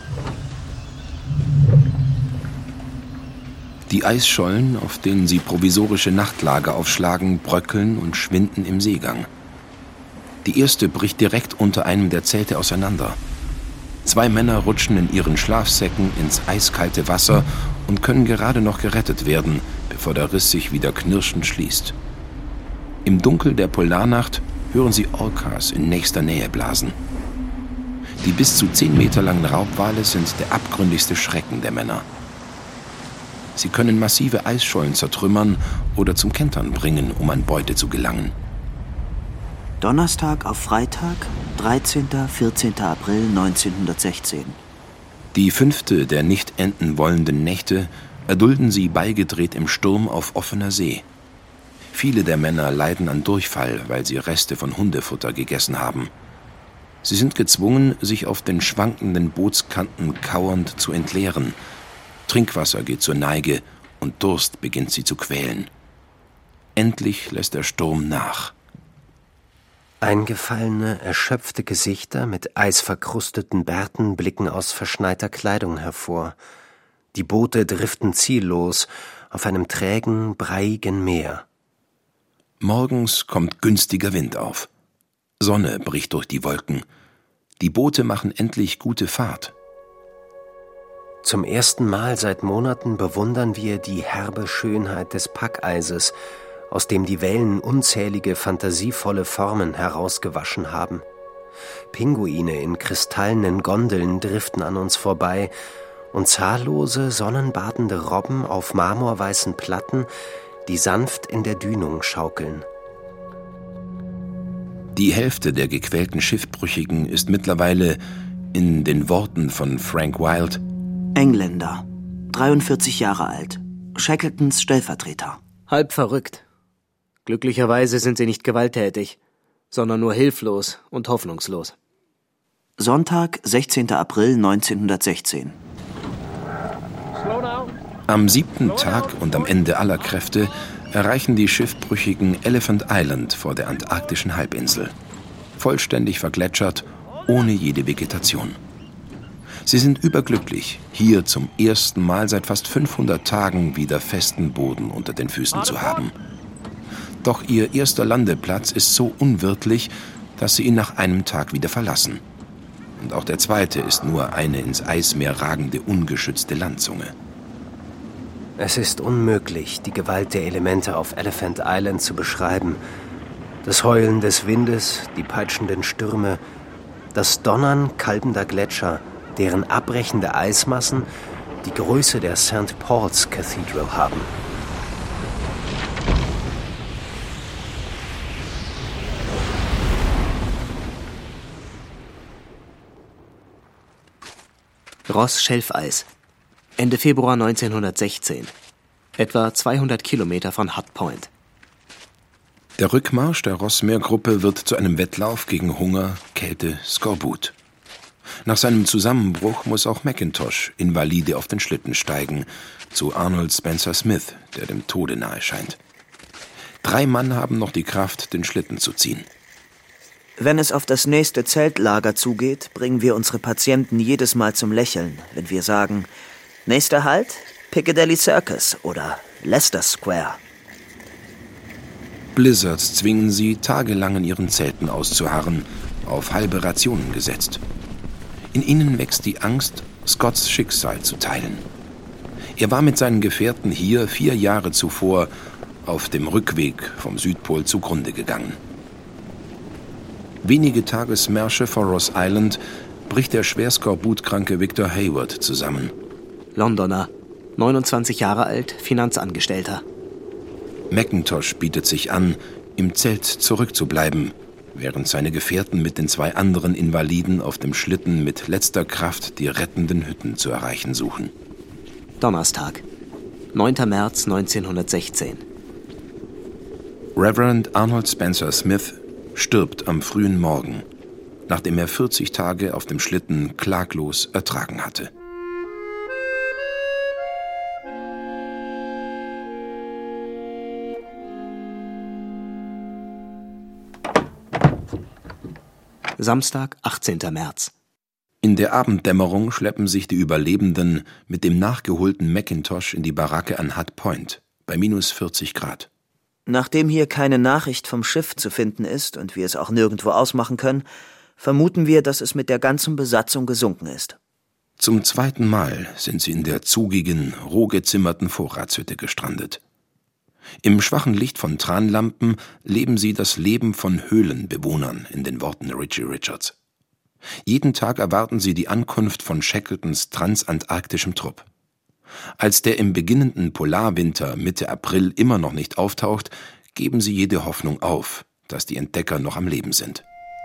Die Eisschollen, auf denen sie provisorische Nachtlager aufschlagen, bröckeln und schwinden im Seegang. Die erste bricht direkt unter einem der Zelte auseinander. Zwei Männer rutschen in ihren Schlafsäcken ins eiskalte Wasser und können gerade noch gerettet werden, bevor der Riss sich wieder knirschend schließt. Im Dunkel der Polarnacht hören sie Orcas in nächster Nähe blasen. Die bis zu zehn Meter langen Raubwale sind der abgründigste Schrecken der Männer. Sie können massive Eisschollen zertrümmern oder zum Kentern bringen, um an Beute zu gelangen. Donnerstag auf Freitag, dreizehnter vierzehnter April neunzehnhundertsechzehn. Die fünfte der nicht enden wollenden Nächte erdulden sie beigedreht im Sturm auf offener See. Viele der Männer leiden an Durchfall, weil sie Reste von Hundefutter gegessen haben. Sie sind gezwungen, sich auf den schwankenden Bootskanten kauernd zu entleeren. Trinkwasser geht zur Neige und Durst beginnt sie zu quälen. Endlich lässt der Sturm nach. Eingefallene, erschöpfte Gesichter mit eisverkrusteten Bärten blicken aus verschneiter Kleidung hervor. Die Boote driften ziellos auf einem trägen, breiigen Meer. Morgens kommt günstiger Wind auf. Sonne bricht durch die Wolken. Die Boote machen endlich gute Fahrt. Zum ersten Mal seit Monaten bewundern wir die herbe Schönheit des Packeises, aus dem die Wellen unzählige fantasievolle Formen herausgewaschen haben. Pinguine in kristallenen Gondeln driften an uns vorbei und zahllose, sonnenbadende Robben auf marmorweißen Platten, die sanft in der Dünung schaukeln. Die Hälfte der gequälten Schiffbrüchigen ist mittlerweile, in den Worten von Frank Wild, Engländer, dreiundvierzig Jahre alt, Shackletons Stellvertreter. Halb verrückt. Glücklicherweise sind sie nicht gewalttätig, sondern nur hilflos und hoffnungslos. Sonntag, sechzehnten April neunzehnhundertsechzehn. Am siebten Tag und am Ende aller Kräfte erreichen die Schiffbrüchigen Elephant Island vor der antarktischen Halbinsel. Vollständig vergletschert, ohne jede Vegetation. Sie sind überglücklich, hier zum ersten Mal seit fast fünfhundert Tagen wieder festen Boden unter den Füßen zu haben. Doch ihr erster Landeplatz ist so unwirtlich, dass sie ihn nach einem Tag wieder verlassen. Und auch der zweite ist nur eine ins Eismeer ragende, ungeschützte Landzunge. Es ist unmöglich, die Gewalt der Elemente auf Elephant Island zu beschreiben. Das Heulen des Windes, die peitschenden Stürme, das Donnern kalbender Gletscher, deren abbrechende Eismassen die Größe der Sankt Paul's Cathedral haben. Ross Schelfeis. Ende Februar neunzehnhundertsechzehn. Etwa zweihundert Kilometer von Hut Point. Der Rückmarsch der Rossmeer-Gruppe wird zu einem Wettlauf gegen Hunger, Kälte, Skorbut. Nach seinem Zusammenbruch muss auch McIntosh invalide auf den Schlitten steigen, zu Arnold Spencer Smith, der dem Tode nahe scheint. Drei Mann haben noch die Kraft, den Schlitten zu ziehen. Wenn es auf das nächste Zeltlager zugeht, bringen wir unsere Patienten jedes Mal zum Lächeln, wenn wir sagen, nächster Halt, Piccadilly Circus oder Leicester Square. Blizzards zwingen sie, tagelang in ihren Zelten auszuharren, auf halbe Rationen gesetzt. In ihnen wächst die Angst, Scotts Schicksal zu teilen. Er war mit seinen Gefährten hier vier Jahre zuvor auf dem Rückweg vom Südpol zugrunde gegangen. Wenige Tagesmärsche vor Ross Island bricht der schwer skorbutkranke Victor Hayward zusammen. Londoner, neunundzwanzig Jahre alt, Finanzangestellter. McIntosh bietet sich an, im Zelt zurückzubleiben, während seine Gefährten mit den zwei anderen Invaliden auf dem Schlitten mit letzter Kraft die rettenden Hütten zu erreichen suchen. Donnerstag, neunten März neunzehnhundertsechzehn. Reverend Arnold Spencer Smith stirbt am frühen Morgen, nachdem er vierzig Tage auf dem Schlitten klaglos ertragen hatte. Samstag, achtzehnten März. In der Abenddämmerung schleppen sich die Überlebenden mit dem nachgeholten McIntosh in die Baracke an Hut Point, bei minus vierzig Grad. Nachdem hier keine Nachricht vom Schiff zu finden ist und wir es auch nirgendwo ausmachen können, vermuten wir, dass es mit der ganzen Besatzung gesunken ist. Zum zweiten Mal sind sie in der zugigen, roh gezimmerten Vorratshütte gestrandet. Im schwachen Licht von Tranlampen leben sie das Leben von Höhlenbewohnern, in den Worten Richie Richards. Jeden Tag erwarten sie die Ankunft von Shackletons transantarktischem Trupp. Als der im beginnenden Polarwinter Mitte April immer noch nicht auftaucht, geben sie jede Hoffnung auf, dass die Entdecker noch am Leben sind.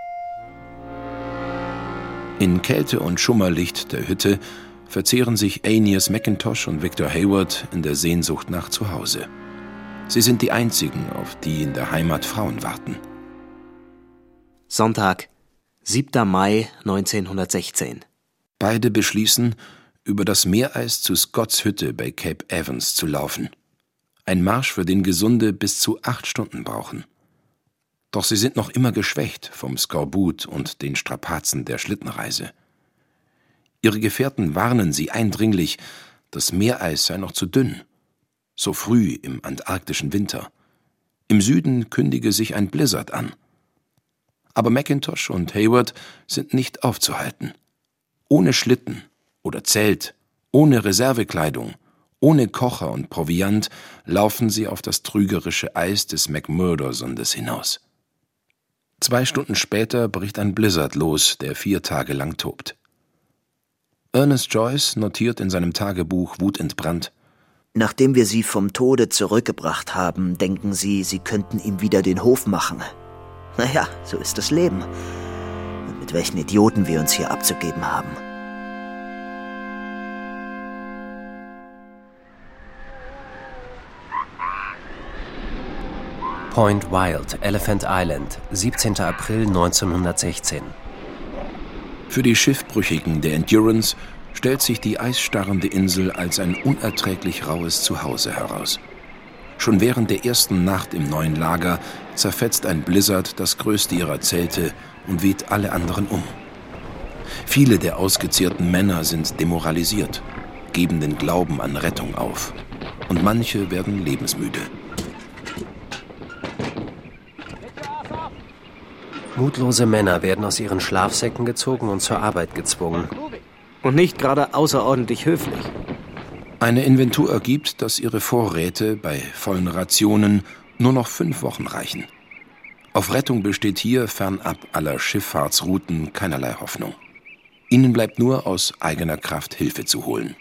In Kälte und Schummerlicht der Hütte verzehren sich Aeneas McIntosh und Victor Hayward in der Sehnsucht nach Zuhause. Sie sind die einzigen, auf die in der Heimat Frauen warten. Sonntag, siebten Mai neunzehnhundertsechzehn. Beide beschließen, über das Meereis zu Scotts Hütte bei Cape Evans zu laufen. Ein Marsch, für den Gesunde bis zu acht Stunden brauchen. Doch sie sind noch immer geschwächt vom Skorbut und den Strapazen der Schlittenreise. Ihre Gefährten warnen sie eindringlich, das Meereis sei noch zu dünn. So früh im antarktischen Winter. Im Süden kündige sich ein Blizzard an. Aber McIntosh und Hayward sind nicht aufzuhalten. Ohne Schlitten oder Zelt Ohne Reservekleidung, ohne Kocher und Proviant laufen sie auf das trügerische Eis des McMurdo-Sundes hinaus. Zwei Stunden später bricht ein Blizzard los, der vier Tage lang tobt. Ernest Joyce notiert in seinem Tagebuch wutentbrannt: Nachdem wir sie vom Tode zurückgebracht haben, denken sie, sie könnten ihm wieder den Hof machen. Naja, so ist das Leben. Und mit welchen Idioten wir uns hier abzugeben haben. Point Wild, Elephant Island, siebzehnter April neunzehnhundertsechzehn. Für die Schiffbrüchigen der Endurance stellt sich die eisstarrende Insel als ein unerträglich raues Zuhause heraus. Schon während der ersten Nacht im neuen Lager zerfetzt ein Blizzard das größte ihrer Zelte und weht alle anderen um. Viele der ausgezehrten Männer sind demoralisiert, geben den Glauben an Rettung auf. Und manche werden lebensmüde. Mutlose Männer werden aus ihren Schlafsäcken gezogen und zur Arbeit gezwungen. Und nicht gerade außerordentlich höflich. Eine Inventur ergibt, dass ihre Vorräte bei vollen Rationen nur noch fünf Wochen reichen. Auf Rettung besteht hier fernab aller Schifffahrtsrouten keinerlei Hoffnung. Ihnen bleibt nur aus eigener Kraft Hilfe zu holen.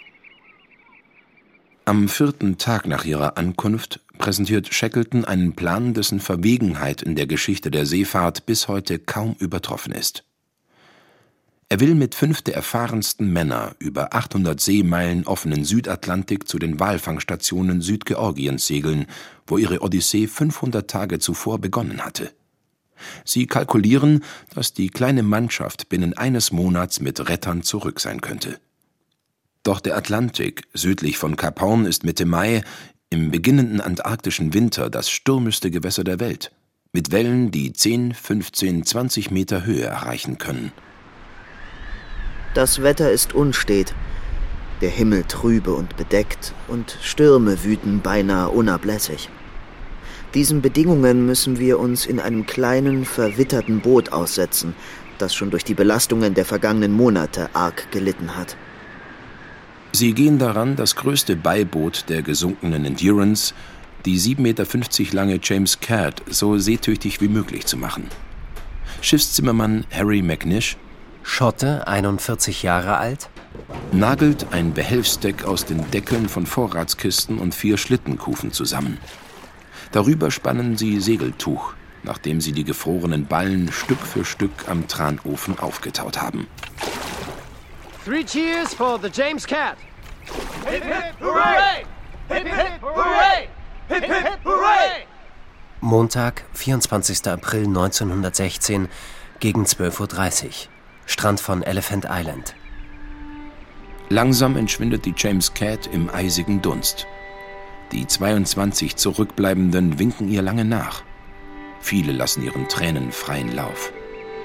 Am vierten Tag nach ihrer Ankunft präsentiert Shackleton einen Plan, dessen Verwegenheit in der Geschichte der Seefahrt bis heute kaum übertroffen ist. Er will mit fünf der erfahrensten Männer über achthundert Seemeilen offenen Südatlantik zu den Walfangstationen Südgeorgiens segeln, wo ihre Odyssee fünfhundert Tage zuvor begonnen hatte. Sie kalkulieren, dass die kleine Mannschaft binnen eines Monats mit Rettern zurück sein könnte. Doch der Atlantik südlich von Kap Hoorn ist Mitte Mai, im beginnenden antarktischen Winter, das stürmischste Gewässer der Welt, mit Wellen, die zehn, fünfzehn, zwanzig Meter Höhe erreichen können. Das Wetter ist unstet, der Himmel trübe und bedeckt und Stürme wüten beinahe unablässig. Diesen Bedingungen müssen wir uns in einem kleinen, verwitterten Boot aussetzen, das schon durch die Belastungen der vergangenen Monate arg gelitten hat. Sie gehen daran, das größte Beiboot der gesunkenen Endurance, die sieben Meter fünfzig lange James Caird, so seetüchtig wie möglich zu machen. Schiffszimmermann Harry McNish, Schotte, einundvierzig Jahre alt, nagelt ein Behelfsdeck aus den Deckeln von Vorratskisten und vier Schlittenkufen zusammen. Darüber spannen sie Segeltuch, nachdem sie die gefrorenen Ballen Stück für Stück am Tranofen aufgetaut haben. Three cheers for the James Caird. Hip, hip, hooray! Hip, hip, hooray! Hip, hip, hooray! Montag, vierundzwanzigster April neunzehnhundertsechzehn, gegen zwölf Uhr dreißig. Strand von Elephant Island. Langsam entschwindet die James Caird im eisigen Dunst. Die zweiundzwanzig Zurückbleibenden winken ihr lange nach. Viele lassen ihren Tränen freien Lauf.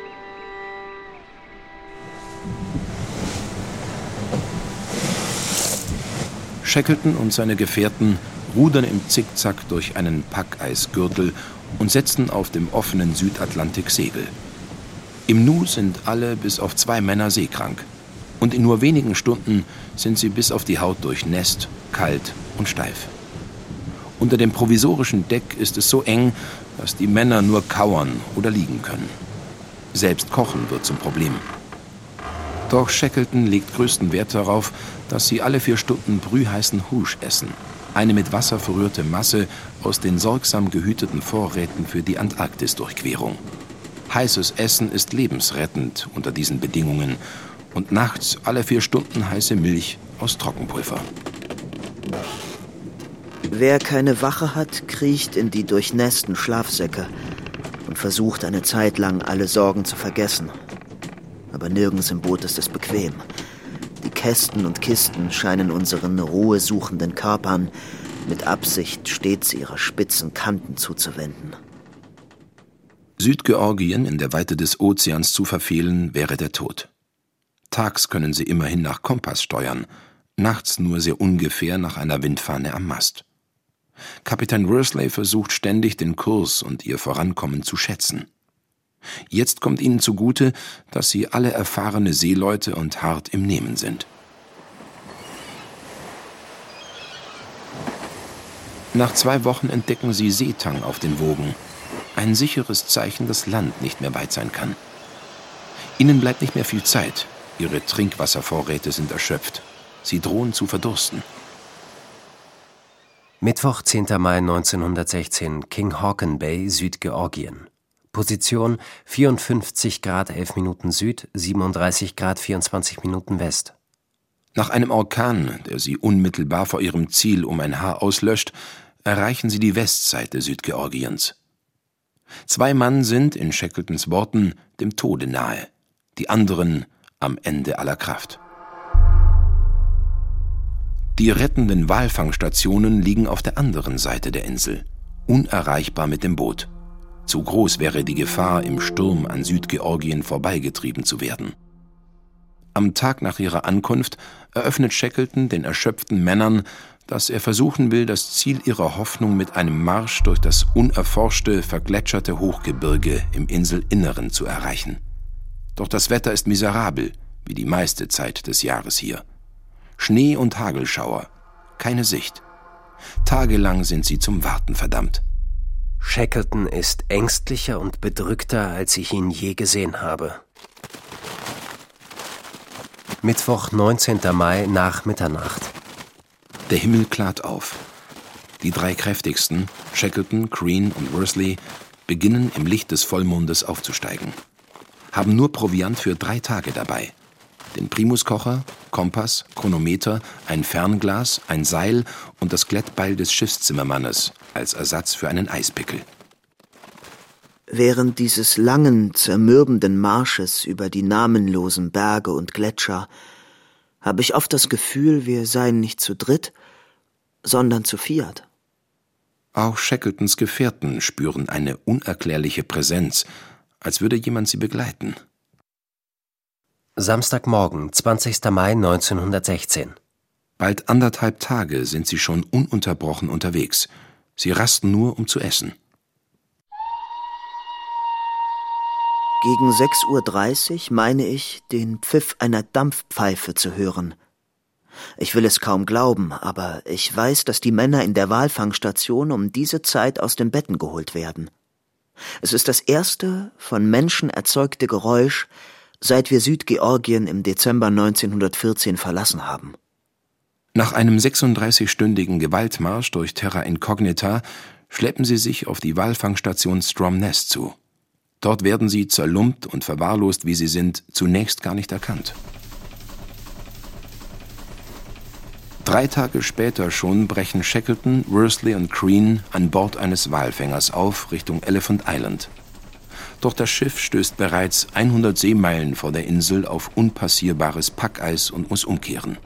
Shackleton und seine Gefährten rudern im Zickzack durch einen Packeisgürtel und setzen auf dem offenen Südatlantik Segel. Im Nu sind alle bis auf zwei Männer seekrank. Und in nur wenigen Stunden sind sie bis auf die Haut durchnässt, kalt und steif. Unter dem provisorischen Deck ist es so eng, dass die Männer nur kauern oder liegen können. Selbst Kochen wird zum Problem. Doch Shackleton legt größten Wert darauf, dass sie alle vier Stunden brühheißen Hoosh essen, eine mit Wasser verrührte Masse aus den sorgsam gehüteten Vorräten für die Antarktisdurchquerung. Heißes Essen ist lebensrettend unter diesen Bedingungen und nachts alle vier Stunden heiße Milch aus Trockenpulver. Wer keine Wache hat, kriecht in die durchnässten Schlafsäcke und versucht eine Zeit lang alle Sorgen zu vergessen. Aber nirgends im Boot ist es bequem. Die Kästen und Kisten scheinen unseren ruhesuchenden Körpern mit Absicht stets ihre spitzen Kanten zuzuwenden. Südgeorgien in der Weite des Ozeans zu verfehlen, wäre der Tod. Tags können sie immerhin nach Kompass steuern, nachts nur sehr ungefähr nach einer Windfahne am Mast. Kapitän Worsley versucht ständig, den Kurs und ihr Vorankommen zu schätzen. Jetzt kommt ihnen zugute, dass sie alle erfahrene Seeleute und hart im Nehmen sind. Nach zwei Wochen entdecken sie Seetang auf den Wogen. Ein sicheres Zeichen, dass Land nicht mehr weit sein kann. Ihnen bleibt nicht mehr viel Zeit. Ihre Trinkwasservorräte sind erschöpft. Sie drohen zu verdursten. Mittwoch, zehnter Mai neunzehnhundertsechzehn, King Haakon Bay, Südgeorgien. Position vierundfünfzig Grad elf Minuten Süd, siebenunddreißig Grad vierundzwanzig Minuten West. Nach einem Orkan, der sie unmittelbar vor ihrem Ziel um ein Haar auslöscht, erreichen sie die Westseite Südgeorgiens. Zwei Mann sind, in Shackletons Worten, dem Tode nahe, die anderen am Ende aller Kraft. Die rettenden Walfangstationen liegen auf der anderen Seite der Insel, unerreichbar mit dem Boot. Zu groß wäre die Gefahr, im Sturm an Südgeorgien vorbeigetrieben zu werden. Am Tag nach ihrer Ankunft eröffnet Shackleton den erschöpften Männern, dass er versuchen will, das Ziel ihrer Hoffnung mit einem Marsch durch das unerforschte, vergletscherte Hochgebirge im Inselinneren zu erreichen. Doch das Wetter ist miserabel, wie die meiste Zeit des Jahres hier. Schnee und Hagelschauer, keine Sicht. Tagelang sind sie zum Warten verdammt. Shackleton ist ängstlicher und bedrückter, als ich ihn je gesehen habe. Mittwoch, neunzehnter Mai, nach Mitternacht. Der Himmel klart auf. Die drei kräftigsten, Shackleton, Crean und Worsley, beginnen im Licht des Vollmondes aufzusteigen. Haben nur Proviant für drei Tage dabei. Den Primuskocher, Kompass, Chronometer, ein Fernglas, ein Seil und das Glättbeil des Schiffszimmermannes als Ersatz für einen Eispickel. Während dieses langen, zermürbenden Marsches über die namenlosen Berge und Gletscher habe ich oft das Gefühl, wir seien nicht zu dritt, sondern zu viert. Auch Shackletons Gefährten spüren eine unerklärliche Präsenz, als würde jemand sie begleiten. Samstagmorgen, zwanzigster Mai neunzehnhundertsechzehn. Bald anderthalb Tage sind sie schon ununterbrochen unterwegs. Sie rasten nur, um zu essen. Gegen sechs Uhr dreißig meine ich, den Pfiff einer Dampfpfeife zu hören. Ich will es kaum glauben, aber ich weiß, dass die Männer in der Walfangstation um diese Zeit aus den Betten geholt werden. Es ist das erste von Menschen erzeugte Geräusch, seit wir Südgeorgien im Dezember neunzehnhundertvierzehn verlassen haben. Nach einem sechsunddreißigstündigen Gewaltmarsch durch Terra Incognita schleppen sie sich auf die Walfangstation Stromness zu. Dort werden sie, zerlumpt und verwahrlost wie sie sind, zunächst gar nicht erkannt. Drei Tage später schon brechen Shackleton, Worsley und Crean an Bord eines Walfängers auf Richtung Elephant Island. Doch das Schiff stößt bereits hundert Seemeilen vor der Insel auf unpassierbares Packeis und muss umkehren.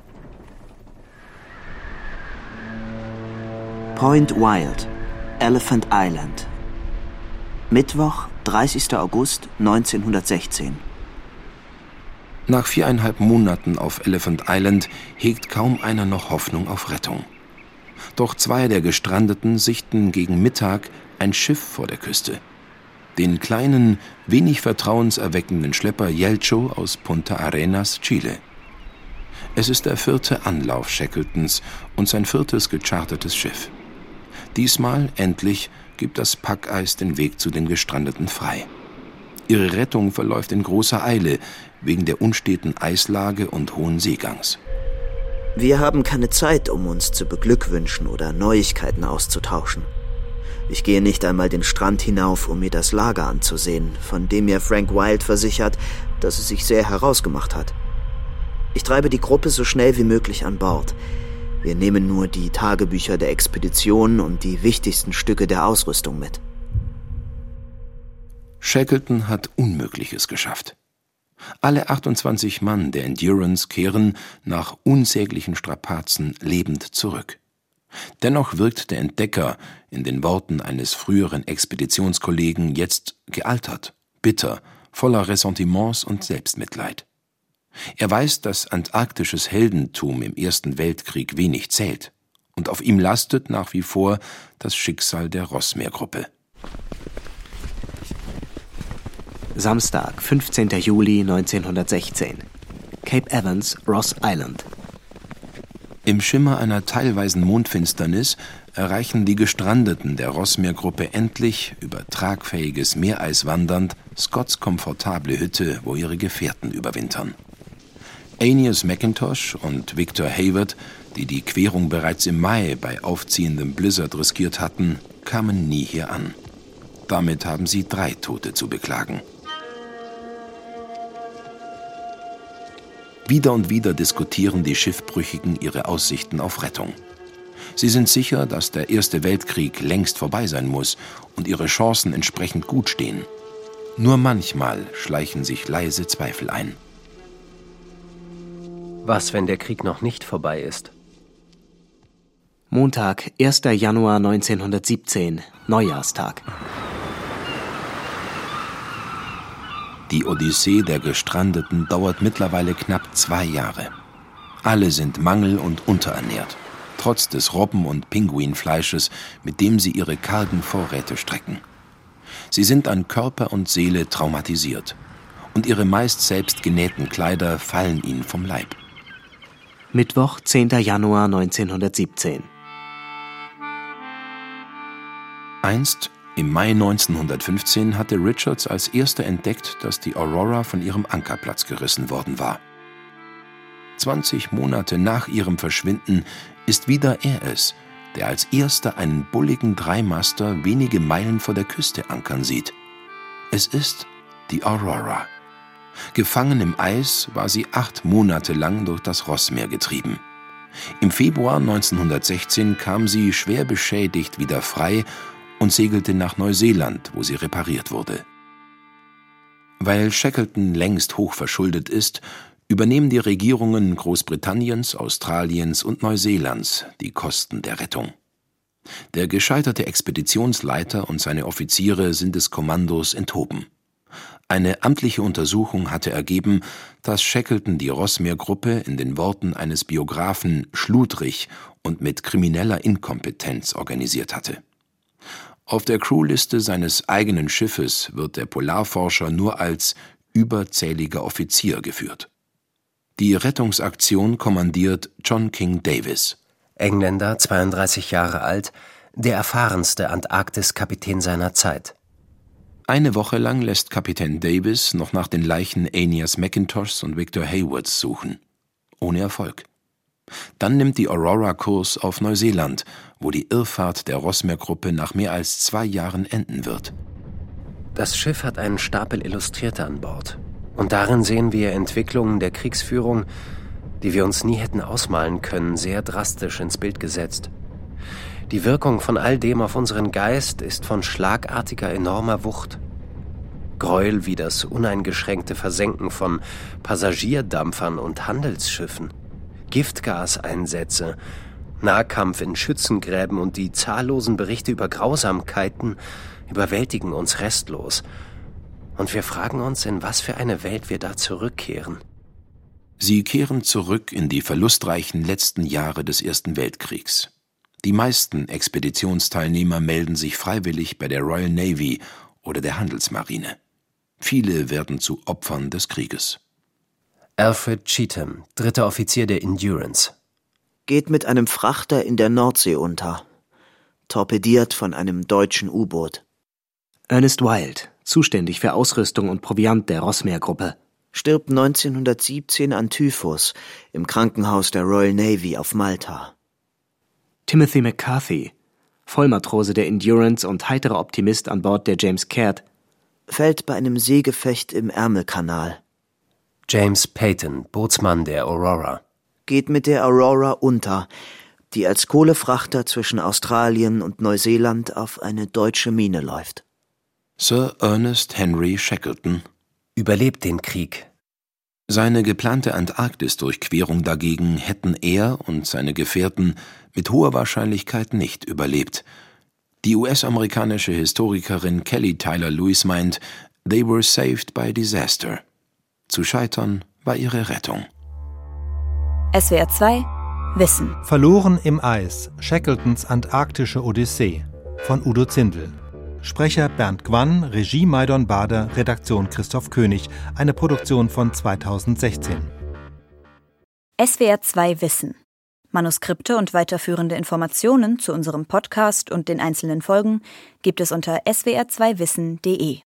Point Wild, Elephant Island. Mittwoch, dreißigster August neunzehnhundertsechzehn. Nach viereinhalb Monaten auf Elephant Island hegt kaum einer noch Hoffnung auf Rettung. Doch zwei der Gestrandeten sichten gegen Mittag ein Schiff vor der Küste. Den kleinen, wenig vertrauenserweckenden Schlepper Yelcho aus Punta Arenas, Chile. Es ist der vierte Anlauf Shackletons und sein viertes gechartertes Schiff. Diesmal, endlich, gibt das Packeis den Weg zu den Gestrandeten frei. Ihre Rettung verläuft in großer Eile, wegen der unsteten Eislage und hohen Seegangs. Wir haben keine Zeit, um uns zu beglückwünschen oder Neuigkeiten auszutauschen. Ich gehe nicht einmal den Strand hinauf, um mir das Lager anzusehen, von dem mir Frank Wild versichert, dass es sich sehr herausgemacht hat. Ich treibe die Gruppe so schnell wie möglich an Bord. Wir nehmen nur die Tagebücher der Expedition und die wichtigsten Stücke der Ausrüstung mit. Shackleton hat Unmögliches geschafft. Alle achtundzwanzig Mann der Endurance kehren nach unsäglichen Strapazen lebend zurück. Dennoch wirkt der Entdecker, in den Worten eines früheren Expeditionskollegen, jetzt gealtert, bitter, voller Ressentiments und Selbstmitleid. Er weiß, dass antarktisches Heldentum im Ersten Weltkrieg wenig zählt, und auf ihm lastet nach wie vor das Schicksal der Rossmeer-Gruppe. Samstag, fünfzehnter Juli neunzehnhundertsechzehn. Cape Evans, Ross Island. Im Schimmer einer teilweisen Mondfinsternis erreichen die Gestrandeten der Rossmeer-Gruppe endlich, über tragfähiges Meereis wandernd, Scotts komfortable Hütte, wo ihre Gefährten überwintern. Aeneas McIntosh und Victor Hayward, die die Querung bereits im Mai bei aufziehendem Blizzard riskiert hatten, kamen nie hier an. Damit haben sie drei Tote zu beklagen. Wieder und wieder diskutieren die Schiffbrüchigen ihre Aussichten auf Rettung. Sie sind sicher, dass der Erste Weltkrieg längst vorbei sein muss und ihre Chancen entsprechend gut stehen. Nur manchmal schleichen sich leise Zweifel ein. Was, wenn der Krieg noch nicht vorbei ist? Montag, erster Januar neunzehnhundertsiebzehn, Neujahrstag. Die Odyssee der Gestrandeten dauert mittlerweile knapp zwei Jahre. Alle sind mangel- und unterernährt, trotz des Robben- und Pinguinfleisches, mit dem sie ihre kargen Vorräte strecken. Sie sind an Körper und Seele traumatisiert und ihre meist selbst genähten Kleider fallen ihnen vom Leib. Mittwoch, zehnter Januar neunzehnhundertsiebzehn. Einst, im Mai neunzehnhundertfünfzehn, hatte Richards als erster entdeckt, dass die Aurora von ihrem Ankerplatz gerissen worden war. zwanzig Monate nach ihrem Verschwinden ist wieder er es, der als erster einen bulligen Dreimaster wenige Meilen vor der Küste ankern sieht. Es ist die Aurora. Gefangen im Eis war sie acht Monate lang durch das Rossmeer getrieben. Im Februar neunzehnhundertsechzehn kam sie schwer beschädigt wieder frei und segelte nach Neuseeland, wo sie repariert wurde. Weil Shackleton längst hochverschuldet ist, übernehmen die Regierungen Großbritanniens, Australiens und Neuseelands die Kosten der Rettung. Der gescheiterte Expeditionsleiter und seine Offiziere sind des Kommandos enthoben. Eine amtliche Untersuchung hatte ergeben, dass Shackleton die Rossmeer-Gruppe in den Worten eines Biografen schludrig und mit krimineller Inkompetenz organisiert hatte. Auf der Crewliste seines eigenen Schiffes wird der Polarforscher nur als überzähliger Offizier geführt. Die Rettungsaktion kommandiert John King Davis. Engländer, zweiunddreißig Jahre alt, der erfahrenste Antarktis-Kapitän seiner Zeit. Eine Woche lang lässt Kapitän Davis noch nach den Leichen Aeneas McIntoshs und Victor Haywards suchen. Ohne Erfolg. Dann nimmt die Aurora Kurs auf Neuseeland, wo die Irrfahrt der Rossmeer-Gruppe nach mehr als zwei Jahren enden wird. Das Schiff hat einen Stapel Illustrierte an Bord. Und darin sehen wir Entwicklungen der Kriegsführung, die wir uns nie hätten ausmalen können, sehr drastisch ins Bild gesetzt. Die Wirkung von all dem auf unseren Geist ist von schlagartiger, enormer Wucht. Gräuel wie das uneingeschränkte Versenken von Passagierdampfern und Handelsschiffen, Giftgaseinsätze, Nahkampf in Schützengräben und die zahllosen Berichte über Grausamkeiten überwältigen uns restlos. Und wir fragen uns, in was für eine Welt wir da zurückkehren. Sie kehren zurück in die verlustreichen letzten Jahre des Ersten Weltkriegs. Die meisten Expeditionsteilnehmer melden sich freiwillig bei der Royal Navy oder der Handelsmarine. Viele werden zu Opfern des Krieges. Alfred Cheatham, dritter Offizier der Endurance. Geht mit einem Frachter in der Nordsee unter. Torpediert von einem deutschen U-Boot. Ernest Wild, zuständig für Ausrüstung und Proviant der Rossmeer-Gruppe. Stirbt neunzehnhundertsiebzehn an Typhus im Krankenhaus der Royal Navy auf Malta. Timothy McCarthy, Vollmatrose der Endurance und heiterer Optimist an Bord der James Caird. Fällt bei einem Seegefecht im Ärmelkanal. James Peyton, Bootsmann der Aurora. Geht mit der Aurora unter, die als Kohlefrachter zwischen Australien und Neuseeland auf eine deutsche Mine läuft. Sir Ernest Henry Shackleton überlebt den Krieg. Seine geplante Antarktis-Durchquerung dagegen hätten er und seine Gefährten mit hoher Wahrscheinlichkeit nicht überlebt. Die U S-amerikanische Historikerin Kelly Tyler Lewis meint, they were saved by disaster. Zu scheitern war ihre Rettung. S W R zwei Wissen. Verloren im Eis. Shackletons antarktische Odyssee von Udo Zindel. Sprecher Bernd Gwann, Regie Maidon Bader, Redaktion Christoph König. Eine Produktion von zweitausendsechzehn. S W R zwei Wissen. Manuskripte und weiterführende Informationen zu unserem Podcast und den einzelnen Folgen gibt es unter s w r zwei wissen punkt d e.